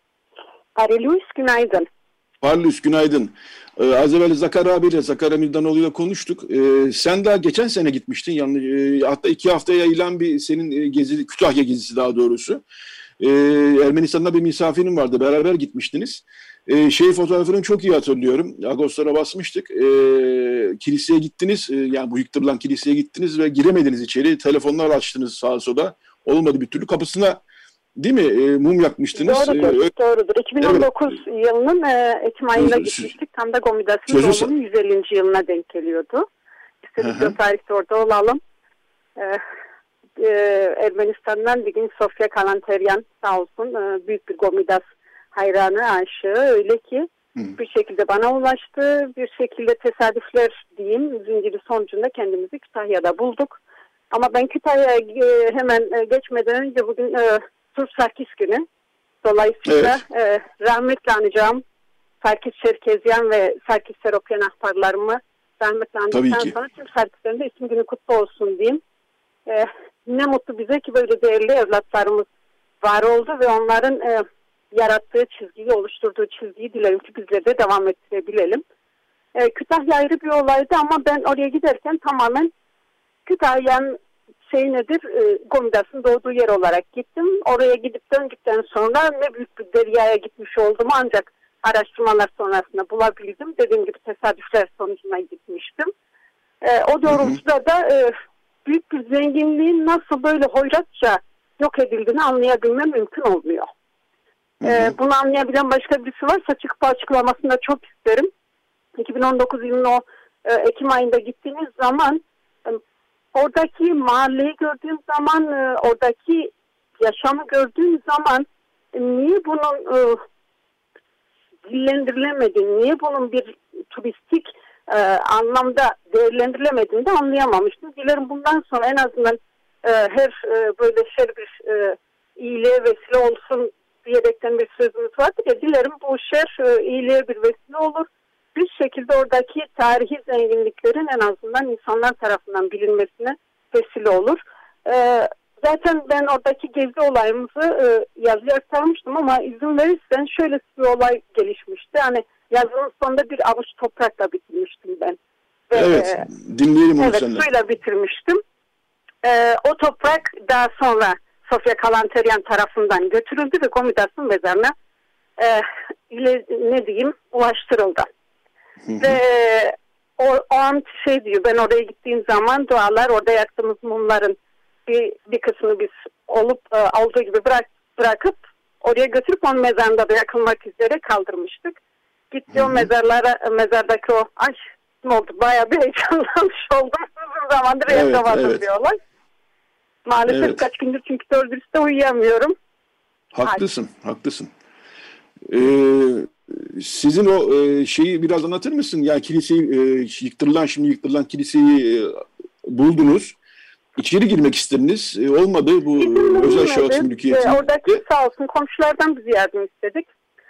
Paralus, günaydın. Paralus, günaydın. Ee, az evvel Zakar abiyle, Zakar Emirdanoğlu'yla konuştuk. Ee, sen daha geçen sene gitmiştin. Yani, e, hatta iki haftaya yayılan bir senin e, gezi, Kütahya gezisi daha doğrusu. Ee, Ermenistan'da bir misafirin vardı. Beraber gitmiştiniz. Ee, şey fotoğrafını çok iyi hatırlıyorum. Agoslara basmıştık. Ee, kiliseye gittiniz. Ee, yani bu yıktırılan kiliseye gittiniz ve giremediniz içeri. Telefonlar açtınız sağa sola. Olmadı bir türlü. Kapısına değil mi? E, mum yakmıştınız. Doğrudur. Ee, doğrudur. iki bin on dokuz evet. yılının e, Ekim ayında Sözü, gitmiştik. Tam da Gomidas'ın doğumunun yüz ellinci yılına denk geliyordu. İstedik o tarihte orada olalım. E, e, Ermenistan'dan bir gün Sofya Kalanteryan sağ olsun e, büyük bir Gomidas hayranı, aşığı. Öyle ki Hı. bir şekilde bana ulaştı. Bir şekilde tesadüfler diyeyim. Zinciri sonucunda kendimizi Kütahya'da bulduk. Ama ben Kütahya'ya e, hemen e, geçmeden önce bugün e, Tur Sarkis günü. Dolayısıyla evet. e, rahmetle anacağım Sarkis Çerkezyan ve Sarkis Seropyan ahbarlarımı rahmetle andıktan sonra tüm Sarkislerin de isim günü kutlu olsun diyeyim. E, ne mutlu bize ki böyle değerli evlatlarımız var oldu ve onların e, yarattığı çizgiyi, oluşturduğu çizgiyi dilerim ki bizleri de devam ettirebilelim. E, Kütahya ayrı bir olaydı ama ben oraya giderken tamamen Kütahya'nın şey nedir, e, Gomidas'ın doğduğu yer olarak gittim. Oraya gidip döndükten sonra ne büyük bir deryaya gitmiş olduğumu ancak araştırmalar sonrasında bulabildim. Dediğim gibi tesadüfler sonucuna gitmiştim. E, o doğrultuda da e, büyük bir zenginliğin nasıl böyle hoyratça yok edildiğini anlayabilmem mümkün olmuyor. E, bunu anlayabilen başka birisi varsa çıkıp açıklamasını da çok isterim. iki bin on dokuz yılının o e, Ekim ayında gittiğiniz zaman oradaki mahalleyi gördüğüm zaman, oradaki yaşamı gördüğüm zaman niye bunun e, dillendirilemediğini, niye bunun bir turistik e, anlamda değerlendirilemediğini de anlayamamıştım. Dilerim bundan sonra en azından e, her e, böyle şey bir e, iyiliğe vesile olsun diyerekten bir sözümüz vardır ya, dilerim bu şer e, iyiliğe bir vesile olur. Bir şekilde oradaki tarihi zenginliklerin en azından insanlar tarafından bilinmesine vesile olur. Ee, zaten ben oradaki gezi olayımızı e, yazıya aktarmıştım ama izin verirsen şöyle bir olay gelişmişti. Hani yazının sonunda bir avuç toprakla bitirmiştim ben. Ve, evet, e, dinleyelim onu evet, senden. Evet, suyla bitirmiştim. Ee, o toprak daha sonra Sofya Kalanteryan tarafından götürüldü ve Gomidas'ın mezarına e, ile, ne diyeyim ulaştırıldı. Hı hı. Ve o, o an şey diyor, ben oraya gittiğim zaman dualar, orada yaktığımız mumların bir, bir kısmını biz olup e, olduğu gibi bırak, bırakıp oraya götürüp onun mezarında da yakılmak üzere kaldırmıştık. Gitti hı hı. o mezarlara, mezardaki o ay ne oldu, bayağı bir heyecanlanmış oldum. Uzun zamandır evet, yaşamadım evet. bir olay. Maalesef evet. kaç gündür çünkü doğru dürüst de uyuyamıyorum. Haklısın, Hadi. haklısın. Ee, sizin o e, şeyi biraz anlatır mısın? Yani kiliseyi e, yıktırılan, şimdi yıktırılan kiliseyi e, buldunuz. İçeri girmek istediniz. E, olmadı bu İzin özel şahıs mülkiyeti. E, oradaki sağ olsun komşulardan biz yardım istedik.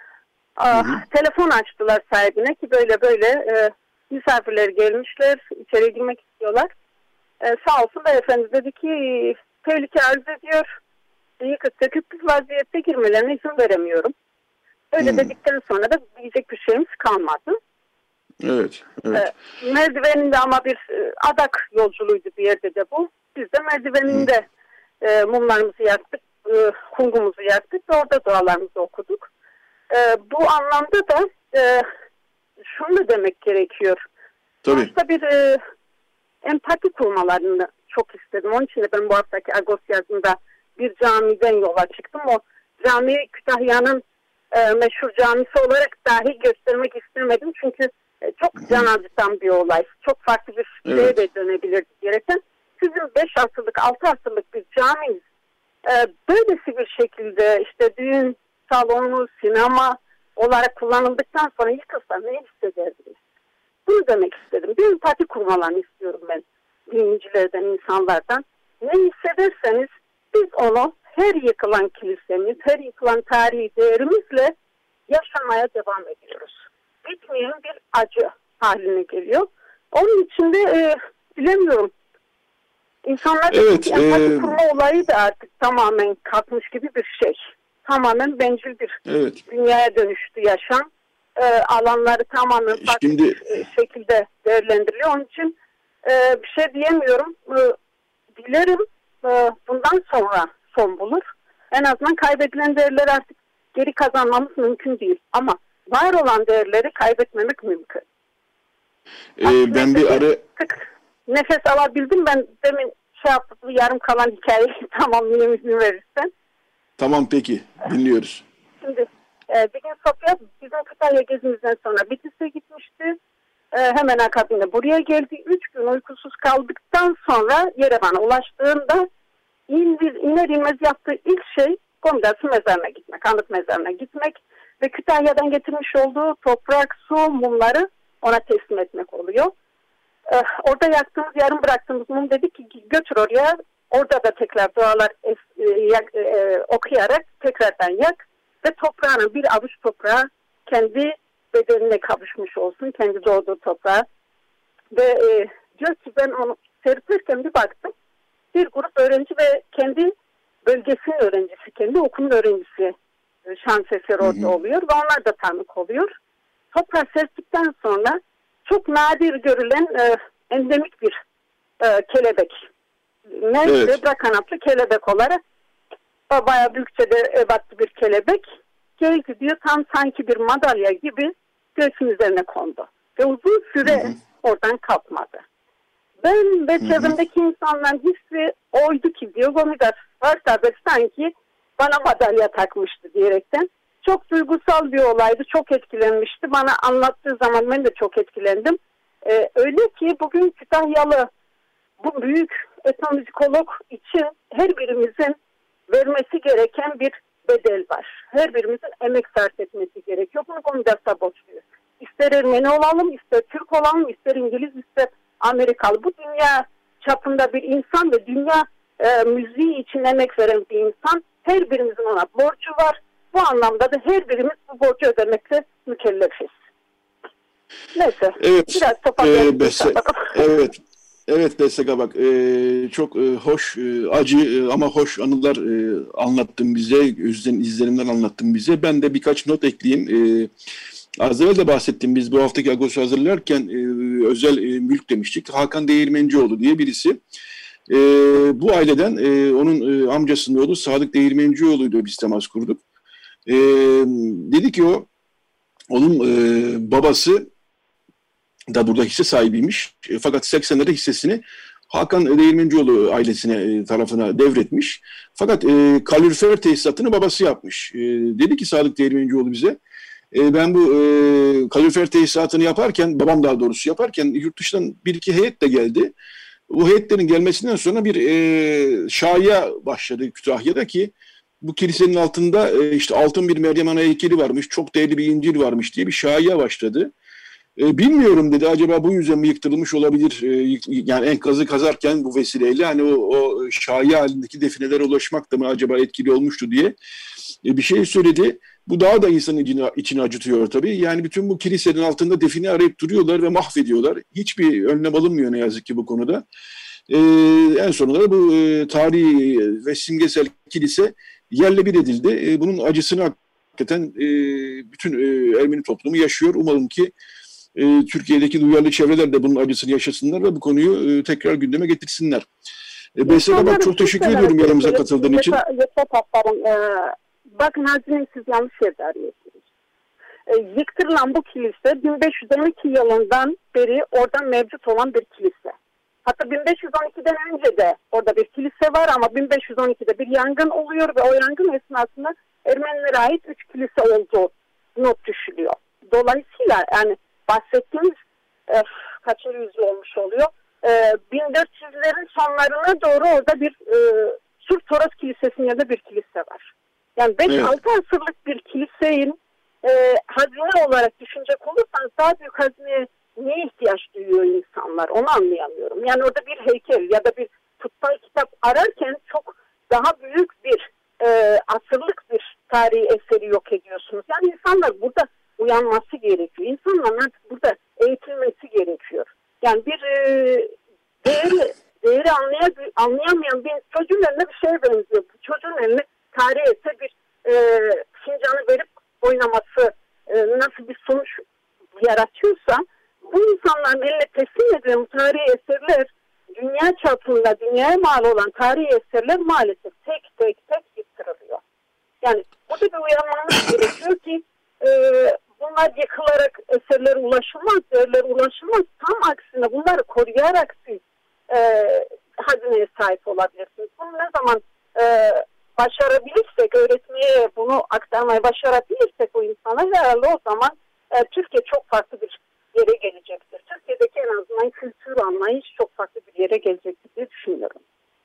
Ah, telefon açtılar sahibine ki böyle böyle e, misafirler gelmişler, içeri girmek istiyorlar. E, sağ olsun beyefendi dedi ki tehlike arz ediyor. Yıkık dökük bir vaziyette girmelerine izin veremiyorum. Öyle hmm. dedikten sonra da diyecek bir şeyimiz kalmadı. Evet. evet. E, merdiveninde ama bir e, adak yolculuğuydu bir yerde de bu. Biz de merdiveninde hmm. e, mumlarımızı yaktık, e, kungumuzu yaktık ve orada dualarımızı okuduk. E, bu anlamda da e, şunu da demek gerekiyor. Tabii. Sonuçta bir e, empati kurmalarını çok istedim. Onun için de ben bu haftaki Agos yazında bir camiden yola çıktım. O cami Kütahya'nın e, meşhur camisi olarak dahi göstermek istemedim. Çünkü e, çok can acıtan bir olay. Çok farklı bir şeye evet. de dönebilirdi gereken. sizin beş asırlık, altı asırlık bir caminiz e, böylesi bir şekilde işte düğün salonu, sinema olarak kullanıldıktan sonra yıkılsa ne hissederdiniz? Bunu demek istedim. Bir empati kurmalarını istiyorum ben dinleyicilerden, insanlardan. Ne hissederseniz biz onu her yıkılan kilisemiz, her yıkılan tarihi değerimizle yaşamaya devam ediyoruz. Bitmeyen bir acı haline geliyor. Onun için de e, bilemiyorum. İnsanlar evet, empati e... kurma olayı da artık tamamen kalkmış gibi bir şey. Tamamen bencil bir evet. dünyaya dönüştü yaşam. E, alanları tamamen farklı Şimdi... bir şekilde değerlendiriliyor. Onun için e, bir şey diyemiyorum. E, dilerim e, bundan sonra son bulur. En azından kaybedilen değerleri artık geri kazanmamız mümkün değil. Ama var olan değerleri kaybetmemek mümkün. Ee, ben bir ara... Tık nefes alabildim. Ben demin şey yaptım, yarım kalan hikayeyi tamamlayayım izin verirsen. Tamam peki. Dinliyoruz. Şimdi e, bir gün Sofya bizim Kütahya gezimizden sonra Bitlis'e gitmişti. E, hemen akabinde buraya geldi. Üç gün uykusuz kaldıktan sonra Yerevan'a ulaştığında indir, iner inmez yaptığı ilk şey Komidas'ın mezarına gitmek, anıt mezarına gitmek ve Kütahya'dan getirmiş olduğu toprak, su, mumları ona teslim etmek oluyor. Ee, orada yaktığımız, yarım bıraktığımız mum dedik ki götür oraya, orada da tekrar dualar es, e, yak, e, okuyarak tekrardan yak ve toprağına bir avuç toprağa kendi bedenine kavuşmuş olsun, kendi doğduğu toprağa. Ve e, diyor ki ben onu serpirken bir baktım, bir grup öğrenci ve kendi bölgesinin öğrencisi, kendi okulun öğrencisi şans eseri orada oluyor ve onlar da tanık oluyor. Toprağı serptikten sonra çok nadir görülen e, endemik bir e, kelebek. Ne? Evet. Zebra kanatlı kelebek olarak o bayağı büyükçe de ebatlı bir kelebek. Geldi diyor tam sanki bir madalya gibi göğsün üzerine kondu. Ve uzun süre hı hı. oradan kalkmadı. Ben ve çevremdeki insanların hissi oydu ki diyor Gomidas varsa da sanki bana madalya takmıştı diyerekten. Çok duygusal bir olaydı. Çok etkilenmişti. Bana anlattığı zaman ben de çok etkilendim. Ee, öyle ki bugün Kütahyalı bu büyük etnomüzikolog için her birimizin vermesi gereken bir bedel var. Her birimizin emek sarf etmesi gerekiyor. Bunu Gomidas'a borçluyuz. İster Ermeni olalım, ister Türk olalım, ister İngiliz, ister Amerikalı. Bu dünya çapında bir insan ve dünya e, müziği için emek veren bir insan. Her birimizin ona borcu var. Bu anlamda da her birimiz bu borcu ödemekle mükellefiz. Neyse. Evet. Biraz toparlayalım. E, Bese, evet. Evet Besega bak e, çok e, hoş, e, acı e, ama hoş anılar e, anlattın bize, özden izlenimler anlattın bize. Ben de birkaç not ekleyeyim. E, az evvel de bahsettim, biz bu haftaki Agos'u hazırlarken e, özel e, mülk demiştik. Hakan Değirmencioğlu diye birisi. E, bu aileden e, onun e, amcasının oğlu Sadık Değirmencioğlu'ydu, biz temas kurduk. E, dedi ki o, onun e, babası da burada hisse sahibiymiş. E, fakat seksenlerde hissesini Hakan Değirmencioğlu ailesine e, tarafına devretmiş. Fakat e, kalorifer tesisatını babası yapmış. E, dedi ki Sadık Değirmencioğlu bize, e, ben bu e, kalorifer tesisatını yaparken, babam daha doğrusu yaparken yurt dışından bir iki heyet de geldi. Bu heyetlerin gelmesinden sonra bir e, şaya başladı Kütahya'da ki bu kilisenin altında e, işte altın bir Meryem Ana heykeli varmış, çok değerli bir İncil varmış diye bir şaya başladı. E, bilmiyorum dedi, acaba bu yüzden mi yıktırılmış olabilir, e, yani enkazı kazarken bu vesileyle hani o, o şaya halindeki definelere ulaşmak da mı acaba etkili olmuştu diye e, bir şey söyledi. Bu daha da insanın içini, içini acıtıyor tabii. Yani bütün bu kilisenin altında define arayıp duruyorlar ve mahvediyorlar. Hiçbir önlem alınmıyor ne yazık ki bu konuda. E, en sonunda bu e, tarihi ve simgesel kilise yerle bir edildi. E, bunun acısını hakikaten e, bütün e, Ermeni toplumu yaşıyor. Umalım ki E, Türkiye'deki duyarlı çevreler de bunun acısını yaşasınlar ve bu konuyu e, tekrar gündeme getirsinler. E, Besele bak, çok teşekkür ediyorum yanımıza katıldığın için. E, bakın Hazine, siz yanlış yerde arıyorsunuz. E, yıktırılan bu kilise bin beş yüz on iki yılından beri orada mevcut olan bir kilise. Hatta bin beş yüz on ikiden önce de orada bir kilise var ama bin beş yüz on ikide bir yangın oluyor ve o yangın esnasında Ermenilere ait üç kilise olduğu not düşülüyor. Dolayısıyla yani bahsettiğimiz e, kaçıncı yüzyıl olmuş oluyor. e, bin dört yüzlerin sonlarına doğru orada bir e, Sur Toros Kilisesi'nin yanında bir kilise var. Yani beş altı evet. asırlık bir kiliseyin e, hazine olarak düşünecek olursanız daha büyük hazineye neye ihtiyaç duyuyor insanlar, onu anlayamıyorum. Yani orada bir heykel ya da bir kutsal kitap ararken çok daha büyük bir e, asırlık bir tarihi eseri yok ediyorsunuz. Yani insanlar burada uyanması gerekiyor. İnsanlar artık burada eğitilmesi gerekiyor. Yani bir e, değeri, değeri anlay- anlayamayan bir çocuğun eline bir şeye benziyor. Çocuğun eline tarihi eser bir e, fincanı verip oynaması e, nasıl bir sonuç yaratıyorsa bu insanların eline teslim edilen tarihi eserler dünya çapında dünyaya mal olan tarihi eserler maalesef tek tek tek yıktırılıyor. Yani burada bir uyanmamız gerekiyor ki e, bunlar yıkılarak eserlere ulaşılmaz, değerlere ulaşılmaz. Tam aksine bunları koruyarak siz e, hazineye sahip olabilirsiniz. Bunu ne zaman e, başarabilirsek, öğretmeye bunu aktarmayı başarabilirsek o insana herhalde o zaman e, Türkiye çok farklı bir yere gelecektir. Türkiye'deki en azından kültür anlayış çok farklı bir yere gelecektir diye düşünüyorum.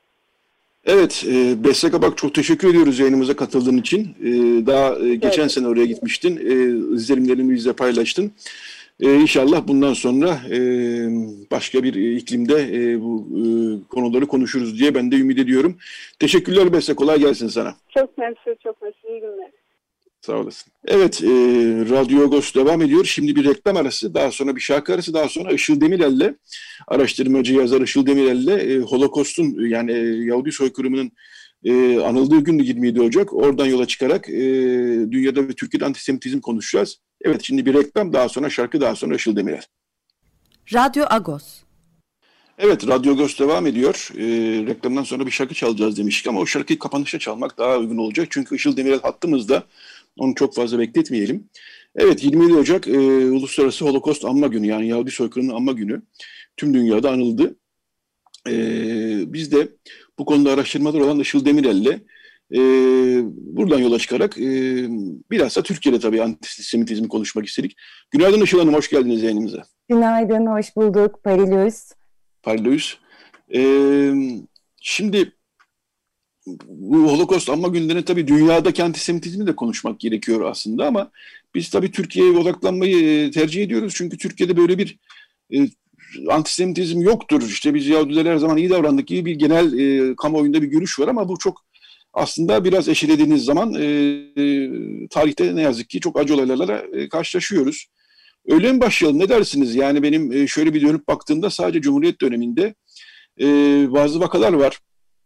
Evet, e, Besra Kabak çok teşekkür ediyoruz yayınımıza katıldığın için. E, daha e, geçen evet. sene oraya gitmiştin, e, izlenimlerini bizle paylaştın. E, İnşallah bundan sonra e, başka bir iklimde e, bu e, konuları konuşuruz diye ben de ümit ediyorum. Teşekkürler Besra, kolay gelsin sana. Çok mersi, çok mersi, iyi günler. Sağ olasın. Evet, e, Radyo Agos devam ediyor. Şimdi bir reklam arası, daha sonra bir şarkı arası, daha sonra Işıl Demirel'le, araştırmacı yazar Işıl Demirel'le e, Holocaust'un yani e, Yahudi soykırımının e, anıldığı gün yirmi yedi Ocak, oradan yola çıkarak e, dünyada ve Türkiye'de antisemitizm konuşacağız. Evet, şimdi bir reklam, daha sonra şarkı, daha sonra Işıl Demirel. Radyo Agos. Evet, Radyo Agos devam ediyor. E, reklamdan sonra bir şarkı çalacağız demiştik ama o şarkıyı kapanışta çalmak daha uygun olacak. Çünkü Işıl Demirel hattımızda. Onu çok fazla bekletmeyelim. Evet, yirmi yedi Ocak e, Uluslararası Holocaust Anma Günü, yani Yahudi soykırımının anma günü. Tüm dünyada anıldı. E, biz de bu konuda araştırmalar olan Işıl Demirel'le e, buradan yola çıkarak e, bilhassa Türkiye'de tabii antisemitizmi konuşmak istedik. Günaydın Işıl Hanım, hoş geldiniz yayınımıza. Günaydın, hoş bulduk. Parilus. Parilus. E, şimdi bu Holocaust anma günlerine tabii dünyadaki antisemitizmi de konuşmak gerekiyor aslında ama biz tabii Türkiye'ye odaklanmayı tercih ediyoruz. Çünkü Türkiye'de böyle bir e, antisemitizm yoktur. İşte biz Yahudiler her zaman iyi davrandık gibi bir genel e, kamuoyunda bir görüş var ama bu çok aslında biraz eşelediğiniz zaman e, e, tarihte ne yazık ki çok acı olaylarla e, karşılaşıyoruz. Öyle mi başlayalım, ne dersiniz? Yani benim e, şöyle bir dönüp baktığımda sadece Cumhuriyet döneminde e, bazı vakalar var.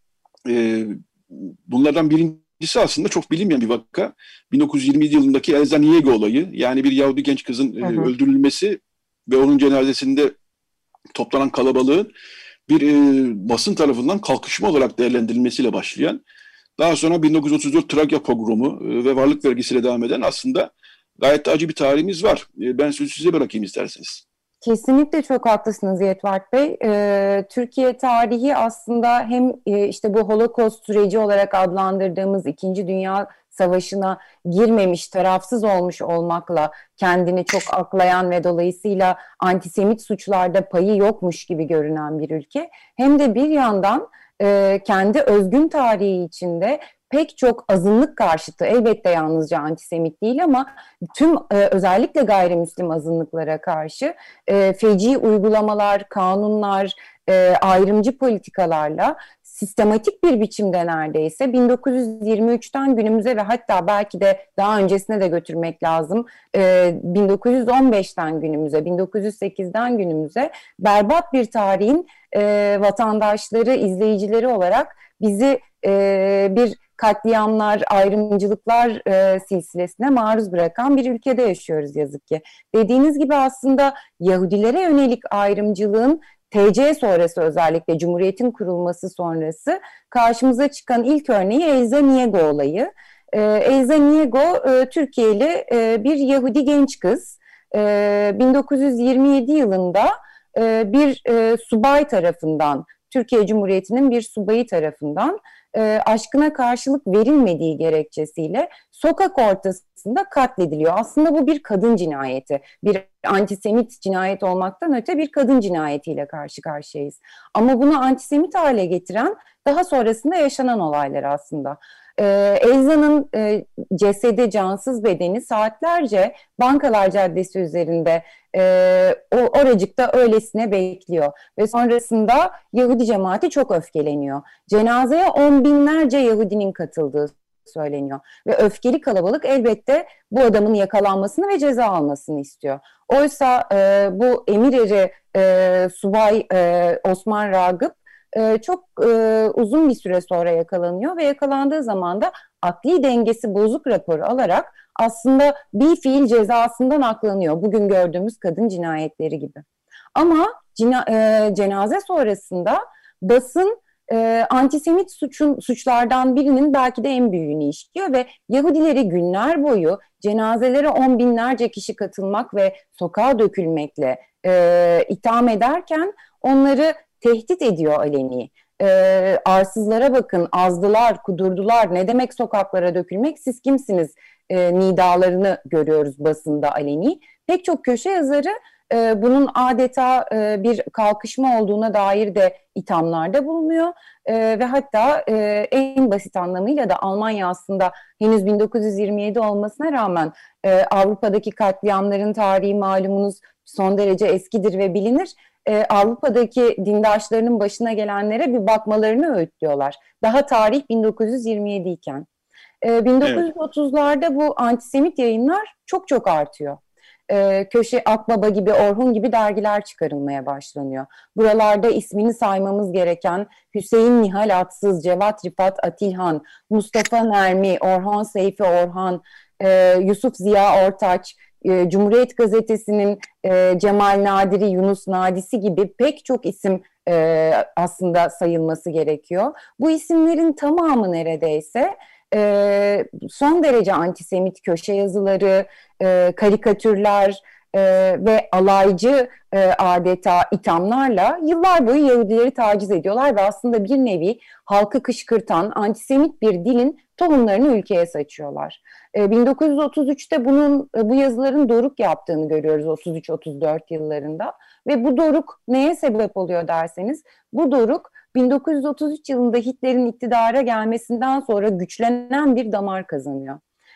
E, Bunlardan birincisi aslında çok bilinmeyen bir vaka. bin dokuz yüz yirmi yedi yılındaki Elza Niego olayı. Yani bir Yahudi genç kızın hı hı. E, öldürülmesi ve onun cenazesinde toplanan kalabalığın bir e, basın tarafından kalkışma olarak değerlendirilmesiyle başlayan, daha sonra bin dokuz yüz otuz dört Trakya pogromu e, ve varlık vergisiyle devam eden aslında gayet acı bir tarihimiz var. E, ben sözü size bırakayım isterseniz. Kesinlikle çok haklısınız Yetvart Bey. Ee, Türkiye tarihi aslında hem e, işte bu Holocaust süreci olarak adlandırdığımız İkinci Dünya Savaşı'na girmemiş, tarafsız olmuş olmakla kendini çok aklayan ve dolayısıyla antisemit suçlarda payı yokmuş gibi görünen bir ülke. Hem de bir yandan e, kendi özgün tarihi içinde pek çok azınlık karşıtı, elbette yalnızca antisemit değil ama tüm e, özellikle gayrimüslim azınlıklara karşı e, feci uygulamalar, kanunlar, e, ayrımcı politikalarla sistematik bir biçimde neredeyse bin dokuz yüz yirmi üçten günümüze ve hatta belki de daha öncesine de götürmek lazım. E, bin dokuz yüz on beşten günümüze, bin dokuz yüz sekizden günümüze berbat bir tarihin e, vatandaşları, izleyicileri olarak bizi e, bir katliamlar, ayrımcılıklar e, silsilesine maruz bırakan bir ülkede yaşıyoruz yazık ki. Dediğiniz gibi aslında Yahudilere yönelik ayrımcılığın T C sonrası, özellikle Cumhuriyet'in kurulması sonrası karşımıza çıkan ilk örneği Elza Niego olayı. E, Elza Niego e, Türkiye'li e, bir Yahudi genç kız. E, bin dokuz yüz yirmi yedi yılında e, bir e, subay tarafından, Türkiye Cumhuriyeti'nin bir subayı tarafından e, aşkına karşılık verilmediği gerekçesiyle sokak ortasında katlediliyor. Aslında bu bir kadın cinayeti. Bir antisemit cinayet olmaktan öte bir kadın cinayetiyle karşı karşıyayız. Ama bunu antisemit hale getiren daha sonrasında yaşanan olaylar aslında. Ee, Elza'nın e, cesedi, cansız bedeni saatlerce Bankalar Caddesi üzerinde e, o oracıkta öylesine bekliyor ve sonrasında Yahudi cemaati çok öfkeleniyor. Cenazeye on binlerce Yahudinin katıldığı söyleniyor ve öfkeli kalabalık elbette bu adamın yakalanmasını ve ceza almasını istiyor. Oysa e, bu emireri e, subay e, Osman Ragıp Ee, çok e, uzun bir süre sonra yakalanıyor ve yakalandığı zaman da akli dengesi bozuk raporu alarak aslında bir fiil cezasından aklanıyor. Bugün gördüğümüz kadın cinayetleri gibi. Ama cina, e, cenaze sonrasında basın e, antisemit suçun suçlardan birinin belki de en büyüğünü işliyor ve Yahudileri günler boyu cenazelere on binlerce kişi katılmak ve sokağa dökülmekle e, itham ederken onları tehdit ediyor aleni. Ee, arsızlara bakın, azdılar, kudurdular, ne demek sokaklara dökülmek, siz kimsiniz e, nidalarını görüyoruz basında aleni. Pek çok köşe yazarı e, bunun adeta e, bir kalkışma olduğuna dair de ithamlarda bulunuyor. E, ve hatta e, en basit anlamıyla da Almanya aslında henüz bin dokuz yüz yirmi yedi olmasına rağmen e, Avrupa'daki katliamların tarihi malumunuz son derece eskidir ve bilinir. Ee, Avrupa'daki dindaşlarının başına gelenlere bir bakmalarını öğütlüyorlar. Daha tarih bin dokuz yüz yirmi yedi iken. Ee, bin dokuz yüz otuzlarda bu antisemit yayınlar çok çok artıyor. Ee, Köşe Akbaba gibi, Orhun gibi dergiler çıkarılmaya başlanıyor. Buralarda ismini saymamız gereken Hüseyin Nihal Atsız, Cevat Rifat Atilhan, Mustafa Nermi, Orhan Seyfi Orhan, e, Yusuf Ziya Ortaç, Cumhuriyet Gazetesi'nin e, Cemal Nadiri, Yunus Nadisi gibi pek çok isim e, aslında sayılması gerekiyor. Bu isimlerin tamamı neredeyse e, son derece antisemit köşe yazıları, e, karikatürler e, ve alaycı e, adeta ithamlarla yıllar boyu Yahudileri taciz ediyorlar ve aslında bir nevi halkı kışkırtan antisemit bir dilin tohumlarını ülkeye saçıyorlar. bin dokuz yüz otuz üçte bunun bu yazıların doruk yaptığını görüyoruz otuz üç otuz dört yıllarında ve bu doruk neye sebep oluyor derseniz bu doruk bin dokuz yüz otuz üç yılında Hitler'in iktidara gelmesinden sonra güçlenen bir damar kazanıyor.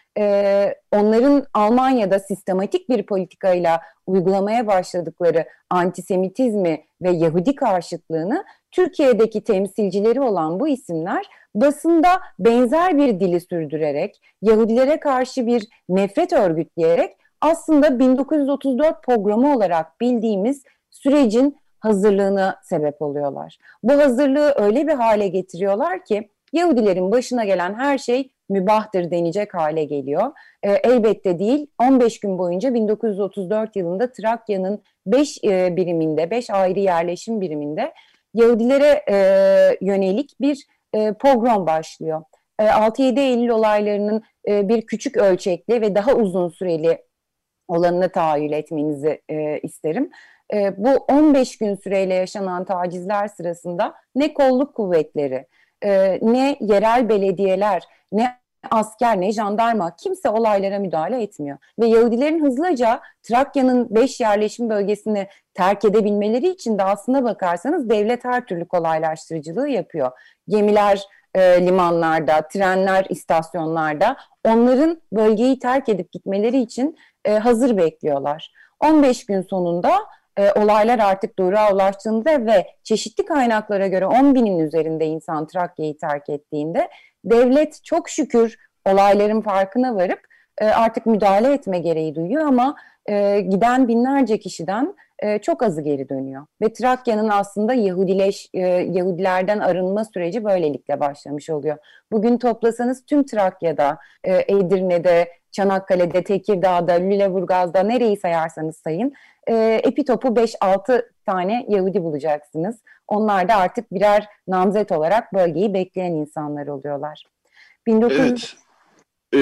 Ee, onların Almanya'da sistematik bir politikayla uygulamaya başladıkları antisemitizmi ve Yahudi karşıtlığını Türkiye'deki temsilcileri olan bu isimler basında benzer bir dili sürdürerek, Yahudilere karşı bir nefret örgütleyerek aslında bin dokuz yüz otuz dört pogromu olarak bildiğimiz sürecin hazırlığına sebep oluyorlar. Bu hazırlığı öyle bir hale getiriyorlar ki Yahudilerin başına gelen her şey mübahtır denecek hale geliyor. E, elbette değil, on beş gün boyunca bin dokuz yüz otuz dört yılında Trakya'nın beş e, biriminde, beş ayrı yerleşim biriminde Yahudilere e, yönelik bir e, pogrom başlıyor. E, altı yedi Eylül olaylarının e, bir küçük ölçekli ve daha uzun süreli olanını tahayyül etmenizi e, isterim. E, bu on beş gün süreyle yaşanan tacizler sırasında ne kolluk kuvvetleri, e, ne yerel belediyeler, ne asker, ne jandarma kimse olaylara müdahale etmiyor. Ve Yahudilerin hızlıca Trakya'nın beş yerleşim bölgesini terk edebilmeleri için de aslına bakarsanız devlet her türlü kolaylaştırıcılığı yapıyor. Gemiler e, limanlarda, trenler istasyonlarda onların bölgeyi terk edip gitmeleri için e, hazır bekliyorlar. on beş gün sonunda e, olaylar artık doruğa ulaştığında ve çeşitli kaynaklara göre on binin üzerinde insan Trakya'yı terk ettiğinde devlet çok şükür olayların farkına varıp e, artık müdahale etme gereği duyuyor ama e, giden binlerce kişiden e, çok azı geri dönüyor. Ve Trakya'nın aslında Yahudileş, e, Yahudilerden arınma süreci böylelikle başlamış oluyor. Bugün toplasanız tüm Trakya'da, e, Edirne'de, Çanakkale'de, Tekirdağ'da, Lüleburgaz'da nereyi sayarsanız sayın e, epi topu beş altı tane Yahudi bulacaksınız. Onlar da artık birer namzet olarak bölgeyi bekleyen insanlar oluyorlar. bin dokuz yüz... Evet. Ee,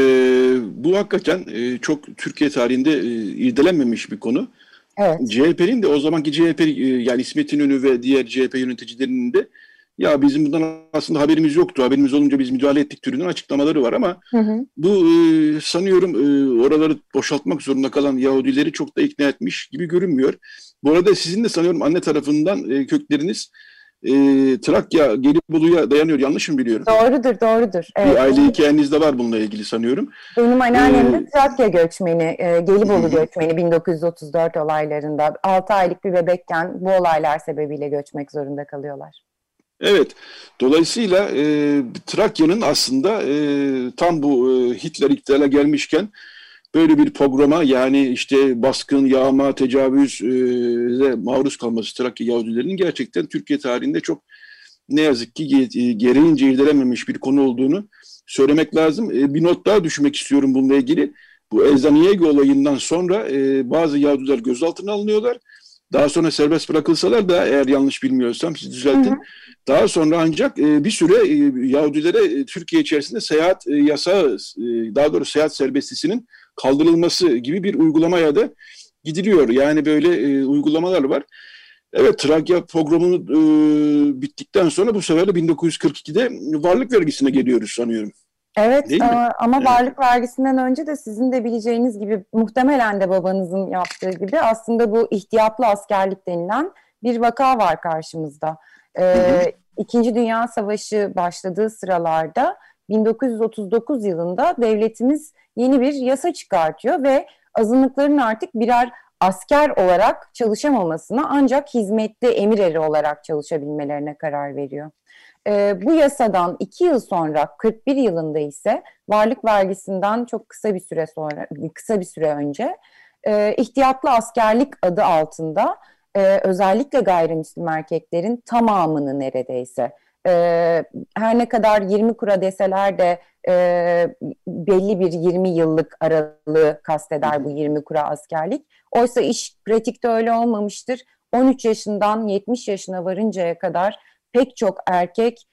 bu hakikaten e, çok Türkiye tarihinde e, irdelenmemiş bir konu. Evet. C H P'nin de o zamanki C H P e, yani İsmet İnönü ve diğer C H P yöneticilerinin de ya bizim bundan aslında haberimiz yoktu, haberimiz olunca biz müdahale ettik türünden açıklamaları var ama hı hı. bu e, sanıyorum e, oraları boşaltmak zorunda kalan Yahudileri çok da ikna etmiş gibi görünmüyor. Bu arada sizin de sanıyorum anne tarafından e, kökleriniz e, Trakya, Gelibolu'ya dayanıyor. Yanlış mı biliyorum? Doğrudur, doğrudur. Evet. Bir aile hikayeniz de var bununla ilgili sanıyorum. Benim anneannem de ee, Trakya göçmeni, e, Gelibolu göçmeni bin dokuz yüz otuz dört olaylarında altı aylık bir bebekken bu olaylar sebebiyle göçmek zorunda kalıyorlar. Evet, dolayısıyla e, Trakya'nın aslında e, tam bu e, Hitler iktidara gelmişken böyle bir programa, yani işte baskın, yağma, tecavüze maruz kalması Trakya Yahudilerinin gerçekten Türkiye tarihinde çok ne yazık ki gereğince irdelememiş bir konu olduğunu söylemek lazım. E, bir not daha düşmek istiyorum bununla ilgili. Bu Elzaniyegi olayından sonra e, bazı Yahudiler gözaltına alınıyorlar. Daha sonra serbest bırakılsalar da, eğer yanlış bilmiyorsam siz düzeltin. Hı hı. Daha sonra ancak e, bir süre e, Yahudilere e, Türkiye içerisinde seyahat e, yasağı, e, daha doğrusu seyahat serbestisinin kaldırılması gibi bir uygulamaya da gidiliyor. Yani böyle e, uygulamalar var. Evet, Trakya programı e, bittikten sonra bu sefer de bin dokuz yüz kırk ikide varlık vergisine geliyoruz sanıyorum. Evet e, ama evet. Varlık vergisinden önce de sizin de bileceğiniz gibi, muhtemelen de babanızın yaptığı gibi, aslında bu ihtiyatlı askerlik denilen bir vaka var karşımızda. E, İkinci Dünya Savaşı başladığı sıralarda bin dokuz yüz otuz dokuz yılında devletimiz yeni bir yasa çıkartıyor ve azınlıkların artık birer asker olarak çalışamamasına, ancak hizmetli emir eri olarak çalışabilmelerine karar veriyor. Ee, bu yasadan iki yıl sonra, kırk bir yılında ise varlık vergisinden çok kısa bir süre sonra, kısa bir süre önce e, ihtiyatlı askerlik adı altında e, özellikle gayrimüslim erkeklerin tamamını neredeyse, e, her ne kadar yirmi kura deseler de e, belli bir yirmi yıllık aralığı kasteder bu yirmi kura askerlik. Oysa iş pratikte öyle olmamıştır. on üç yaşından yetmiş yaşına varıncaya kadar pek çok erkek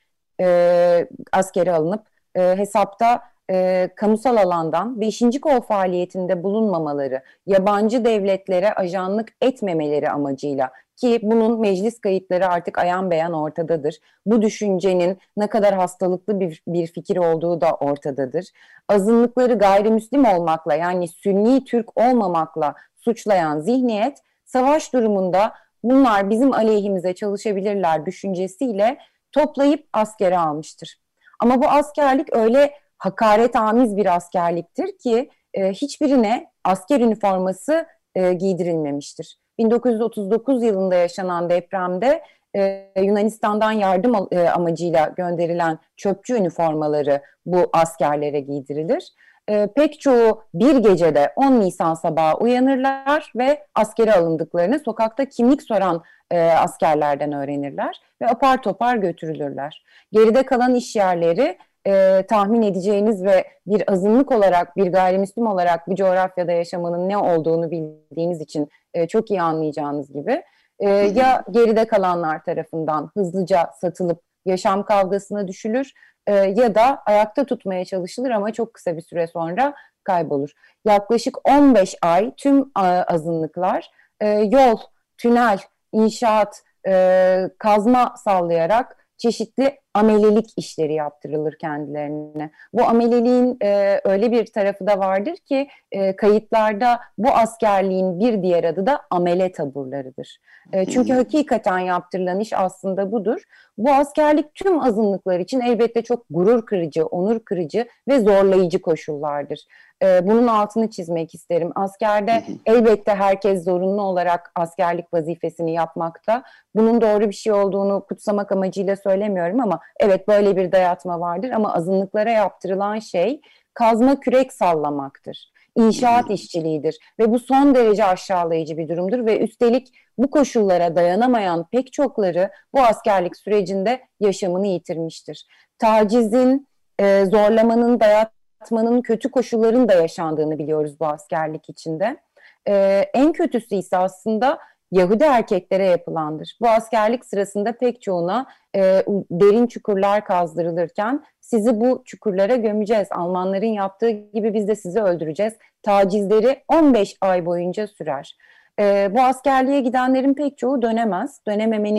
e, askere alınıp e, hesapta e, kamusal alandan beşinci kol faaliyetinde bulunmamaları, yabancı devletlere ajanlık etmemeleri amacıyla, ki bunun meclis kayıtları artık ayan beyan ortadadır. Bu düşüncenin ne kadar hastalıklı bir, bir fikir olduğu da ortadadır. Azınlıkları gayrimüslim olmakla, yani Sünni Türk olmamakla suçlayan zihniyet, savaş durumunda bunlar bizim aleyhimize çalışabilirler düşüncesiyle toplayıp askere almıştır. Ama bu askerlik öyle hakaretamiz bir askerliktir ki e, hiçbirine asker üniforması e, giydirilmemiştir. bin dokuz yüz otuz dokuz yılında yaşanan depremde e, Yunanistan'dan yardım e, amacıyla gönderilen çöpçü üniformaları bu askerlere giydirilir. E, pek çoğu bir gecede on Nisan sabahı uyanırlar ve askere alındıklarını sokakta kimlik soran e, askerlerden öğrenirler ve apar topar götürülürler. Geride kalan iş yerleri e, tahmin edeceğiniz ve bir azınlık olarak, bir gayrimüslim olarak bu coğrafyada yaşamanın ne olduğunu bildiğiniz için e, çok iyi anlayacağınız gibi e, ya geride kalanlar tarafından hızlıca satılıp yaşam kavgasına düşülür e, ya da ayakta tutmaya çalışılır ama çok kısa bir süre sonra kaybolur. Yaklaşık on beş ay tüm azınlıklar e, yol, tünel, inşaat, e, kazma sallayarak çeşitli amelelik işleri yaptırılır kendilerine. Bu ameleliğin e, öyle bir tarafı da vardır ki e, kayıtlarda bu askerliğin bir diğer adı da amele taburlarıdır. E, çünkü hakikaten yaptırılan iş aslında budur. Bu askerlik tüm azınlıklar için elbette çok gurur kırıcı, onur kırıcı ve zorlayıcı koşullardır. E, bunun altını çizmek isterim. Askerde elbette herkes zorunlu olarak askerlik vazifesini yapmakta. Bunun doğru bir şey olduğunu kutsamak amacıyla söylemiyorum ama evet, böyle bir dayatma vardır ama azınlıklara yaptırılan şey kazma kürek sallamaktır. İnşaat işçiliğidir ve bu son derece aşağılayıcı bir durumdur ve üstelik bu koşullara dayanamayan pek çokları bu askerlik sürecinde yaşamını yitirmiştir. Tacizin, e, zorlamanın, dayatmanın, kötü koşulların da yaşandığını biliyoruz bu askerlik içinde. E, en kötüsü ise aslında Yahudi erkeklere yapılandır. Bu askerlik sırasında pek çoğuna e, derin çukurlar kazdırılırken sizi bu çukurlara gömeceğiz, Almanların yaptığı gibi biz de sizi öldüreceğiz tacizleri on beş ay boyunca sürer. E, bu askerliğe gidenlerin pek çoğu dönemez. Dönememenin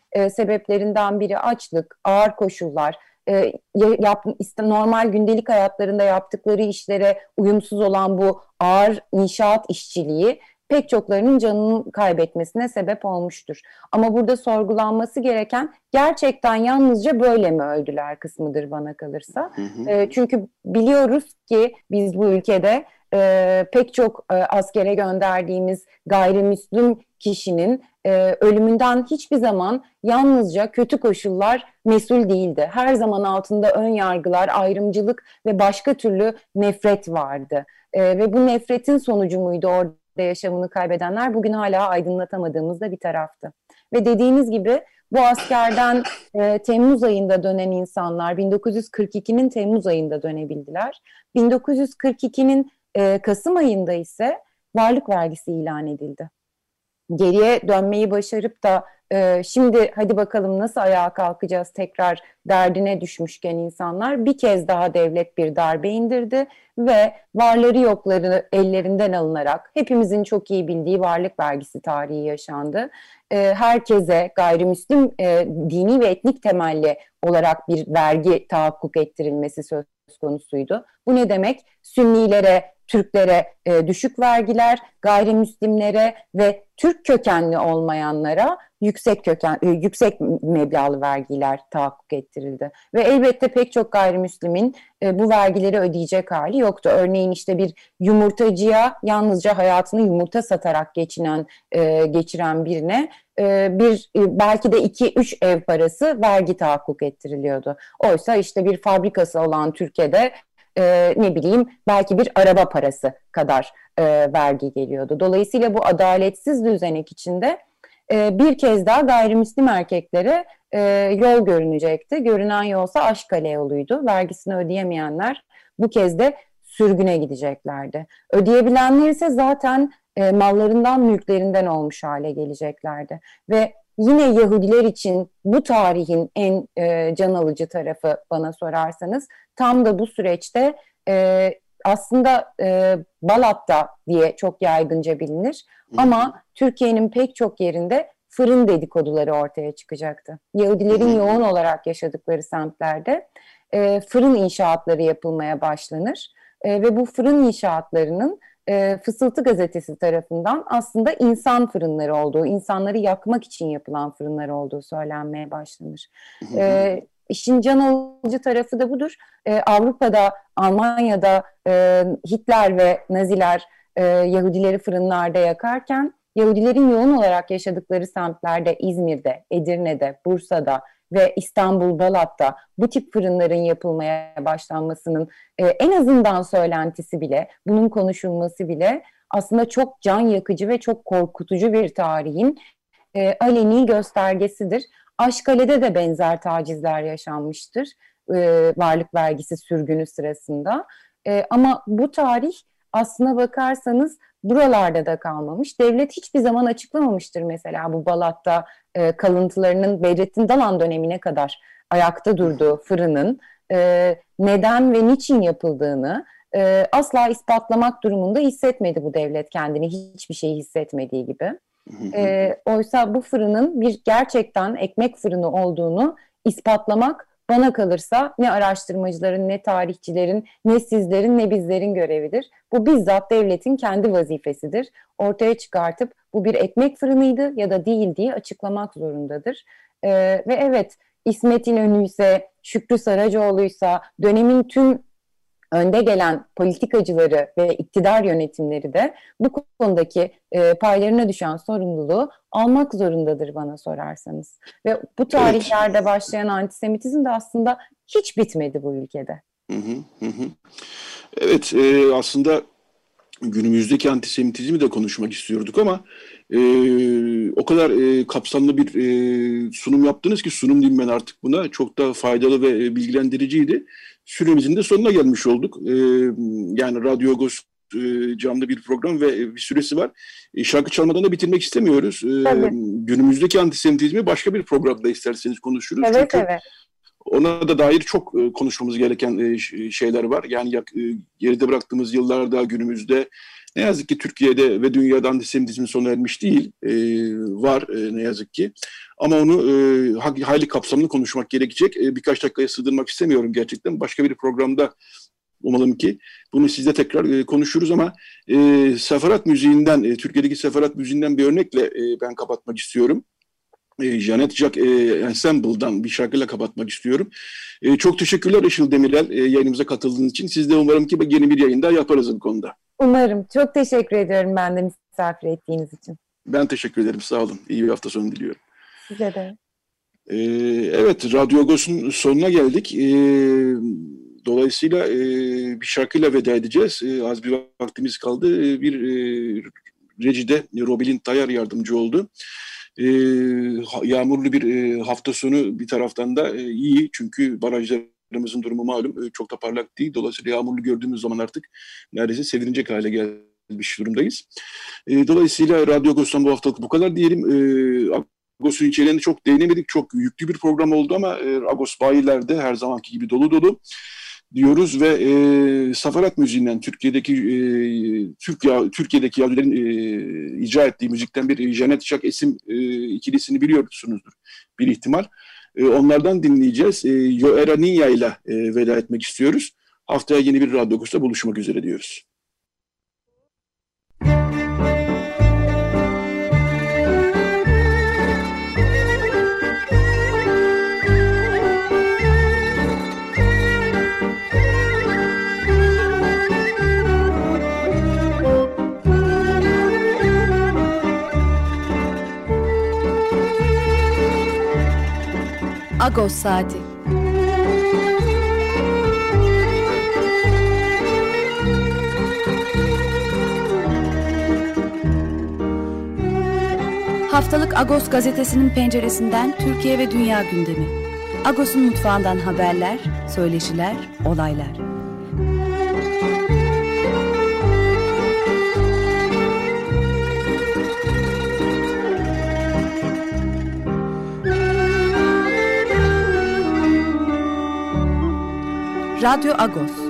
e, sebeplerinden biri açlık, ağır koşullar, e, yap, normal gündelik hayatlarında yaptıkları işlere uyumsuz olan bu ağır inşaat işçiliği pek çoklarının canını kaybetmesine sebep olmuştur. Ama burada sorgulanması gereken gerçekten yalnızca böyle mi öldüler kısmıdır bana kalırsa. Hı hı. E, çünkü biliyoruz ki biz bu ülkede e, pek çok e, askere gönderdiğimiz gayrimüslim kişinin e, ölümünden hiçbir zaman yalnızca kötü koşullar mesul değildi. Her zaman altında ön yargılar, ayrımcılık ve başka türlü nefret vardı. E, ve bu nefretin sonucu muydu orada yaşamını kaybedenler? Bugün hala aydınlatamadığımız da bir taraftı. Ve dediğiniz gibi bu askerden e, Temmuz ayında dönen insanlar bin dokuz yüz kırk ikinin Temmuz ayında dönebildiler. bin dokuz yüz kırk ikinin e, Kasım ayında ise varlık vergisi ilan edildi. Geriye dönmeyi başarıp da e, şimdi hadi bakalım nasıl ayağa kalkacağız tekrar derdine düşmüşken insanlar bir kez daha devlet bir darbe indirdi ve varları yokları ellerinden alınarak hepimizin çok iyi bildiği varlık vergisi tarihi yaşandı. E, herkese gayrimüslim e, dini ve etnik temelli olarak bir vergi tahakkuk ettirilmesi söz konusuydu. Bu ne demek? Sünnilere, Türklere e, düşük vergiler, gayrimüslimlere ve Türk kökenli olmayanlara yüksek köken e, yüksek meblağlı vergiler tahakkuk ettirildi. Ve elbette pek çok gayrimüslimin e, bu vergileri ödeyecek hali yoktu. Örneğin işte bir yumurtacıya yalnızca hayatını yumurta satarak geçinen e, geçiren birine e, bir e, belki de iki üç ev parası vergi tahakkuk ettiriliyordu. Oysa işte bir fabrikası olan Türkiye'de Ee, ne bileyim belki bir araba parası kadar e, vergi geliyordu. Dolayısıyla bu adaletsiz düzenek içinde e, bir kez daha gayrimüslim erkeklere e, yol görünecekti. Görünen yolsa Aşkale yoluydu. Vergisini ödeyemeyenler bu kez de sürgüne gideceklerdi. Ödeyebilenler ise zaten e, mallarından, mülklerinden olmuş hale geleceklerdi. Ve yine Yahudiler için bu tarihin en e, can alıcı tarafı bana sorarsanız tam da bu süreçte e, aslında e, Balat'ta diye çok yaygınca bilinir ama Türkiye'nin pek çok yerinde fırın dedikoduları ortaya çıkacaktı. Yahudilerin yoğun olarak yaşadıkları semtlerde e, fırın inşaatları yapılmaya başlanır e, ve bu fırın inşaatlarının E, Fısıltı Gazetesi tarafından aslında insan fırınları olduğu, insanları yakmak için yapılan fırınlar olduğu söylenmeye başlanır. E, işin can alıcı tarafı da budur. E, Avrupa'da, Almanya'da e, Hitler ve Naziler e, Yahudileri fırınlarda yakarken, Yahudilerin yoğun olarak yaşadıkları semtlerde İzmir'de, Edirne'de, Bursa'da ve İstanbul, Balat'ta bu tip fırınların yapılmaya başlanmasının e, en azından söylentisi bile, bunun konuşulması bile aslında çok can yakıcı ve çok korkutucu bir tarihin e, aleni göstergesidir. Aşkale'de de benzer tacizler yaşanmıştır e, varlık vergisi sürgünü sırasında. E, ama bu tarih aslına bakarsanız buralarda da kalmamış. Devlet hiçbir zaman açıklamamıştır mesela bu Balat'ta e, kalıntılarının Bedrettin Dalan dönemine kadar ayakta durduğu fırının e, neden ve niçin yapıldığını e, asla ispatlamak durumunda hissetmedi bu devlet kendini, hiçbir şeyi hissetmediği gibi. E, oysa bu fırının bir gerçekten ekmek fırını olduğunu ispatlamak bana kalırsa ne araştırmacıların, ne tarihçilerin, ne sizlerin, ne bizlerin görevidir. Bu bizzat devletin kendi vazifesidir. Ortaya çıkartıp bu bir ekmek fırınıydı ya da değil diye açıklamak zorundadır. Ee, ve evet, İsmet İnönü'yse, Şükrü Saracoğlu'ysa, dönemin tüm önde gelen politikacıları ve iktidar yönetimleri de bu konudaki e, paylarına düşen sorumluluğu almak zorundadır bana sorarsanız. Ve bu tarihlerde başlayan antisemitizm de aslında hiç bitmedi bu ülkede. Hı hı hı. Evet, e, aslında günümüzdeki antisemitizmi de konuşmak istiyorduk ama e, o kadar e, kapsamlı bir e, sunum yaptınız ki, sunum diyeyim ben artık buna, çok da faydalı ve e, bilgilendiriciydi. Süremizin de sonuna gelmiş olduk. E, yani Radyo Agos e, canlı bir program ve bir süresi var. E, şarkı çalmadan da bitirmek istemiyoruz. E, günümüzdeki antisemitizmi başka bir programda isterseniz konuşuruz. Evet, Çünkü evet. ona da dair çok konuşmamız gereken şeyler var. Yani geride bıraktığımız yıllarda, günümüzde Ne yazık ki Türkiye'de ve dünyada antisemitizm sona ermiş değil. E, var e, ne yazık ki. Ama onu e, hayli kapsamlı konuşmak gerekecek. E, birkaç dakikaya sığdırmak istemiyorum gerçekten. Başka bir programda umalım ki bunu sizle tekrar e, konuşuruz ama e, seferat müziğinden, e, Türkiye'deki seferat müziğinden bir örnekle e, ben kapatmak istiyorum. E, Janet Jack e, Ensemble'dan bir şarkıyla kapatmak istiyorum. E, çok teşekkürler Işıl Demirel e, yayınımıza katıldığınız için. Siz de umarım ki yeni bir yayın daha yaparız bu konuda. Umarım. Çok teşekkür ediyorum ben de misafir ettiğiniz için. Ben teşekkür ederim. Sağ olun. İyi bir hafta sonu diliyorum. Size de. E, evet, Radyo Agos'un sonuna geldik. E, dolayısıyla e, bir şarkıyla veda edeceğiz. E, az bir vaktimiz kaldı. E, bir e, rejide Robilin Tayar yardımcı oldu. Ee, yağmurlu bir e, hafta sonu bir taraftan da e, iyi çünkü barajlarımızın durumu malum e, çok da parlak değil. Dolayısıyla yağmurlu gördüğümüz zaman artık neredeyse sevinecek hale gelmiş durumdayız. E, dolayısıyla Radyo Agos'tan bu haftalık bu kadar diyelim. E, Agos'un içeriğine çok değinemedik. Çok yüklü bir program oldu ama e, Agos bayilerde her zamanki gibi dolu dolu diyoruz ve e, seferat müziğinden Türkiye'deki e, Türkiye Türkiye'deki Yahudilerin e, icra ettiği müzikten bir Janet Jack Esim e, ikilisini biliyorsunuzdur bir ihtimal. E, onlardan dinleyeceğiz. E, Yo Era Niña ile e, veda etmek istiyoruz. Haftaya yeni bir Radyo Agos'ta buluşmak üzere diyoruz. Agos Saati. Haftalık Agos gazetesinin penceresinden Türkiye ve dünya gündemi. Agos'un mutfağından haberler, söyleşiler, olaylar. Radyo Agos.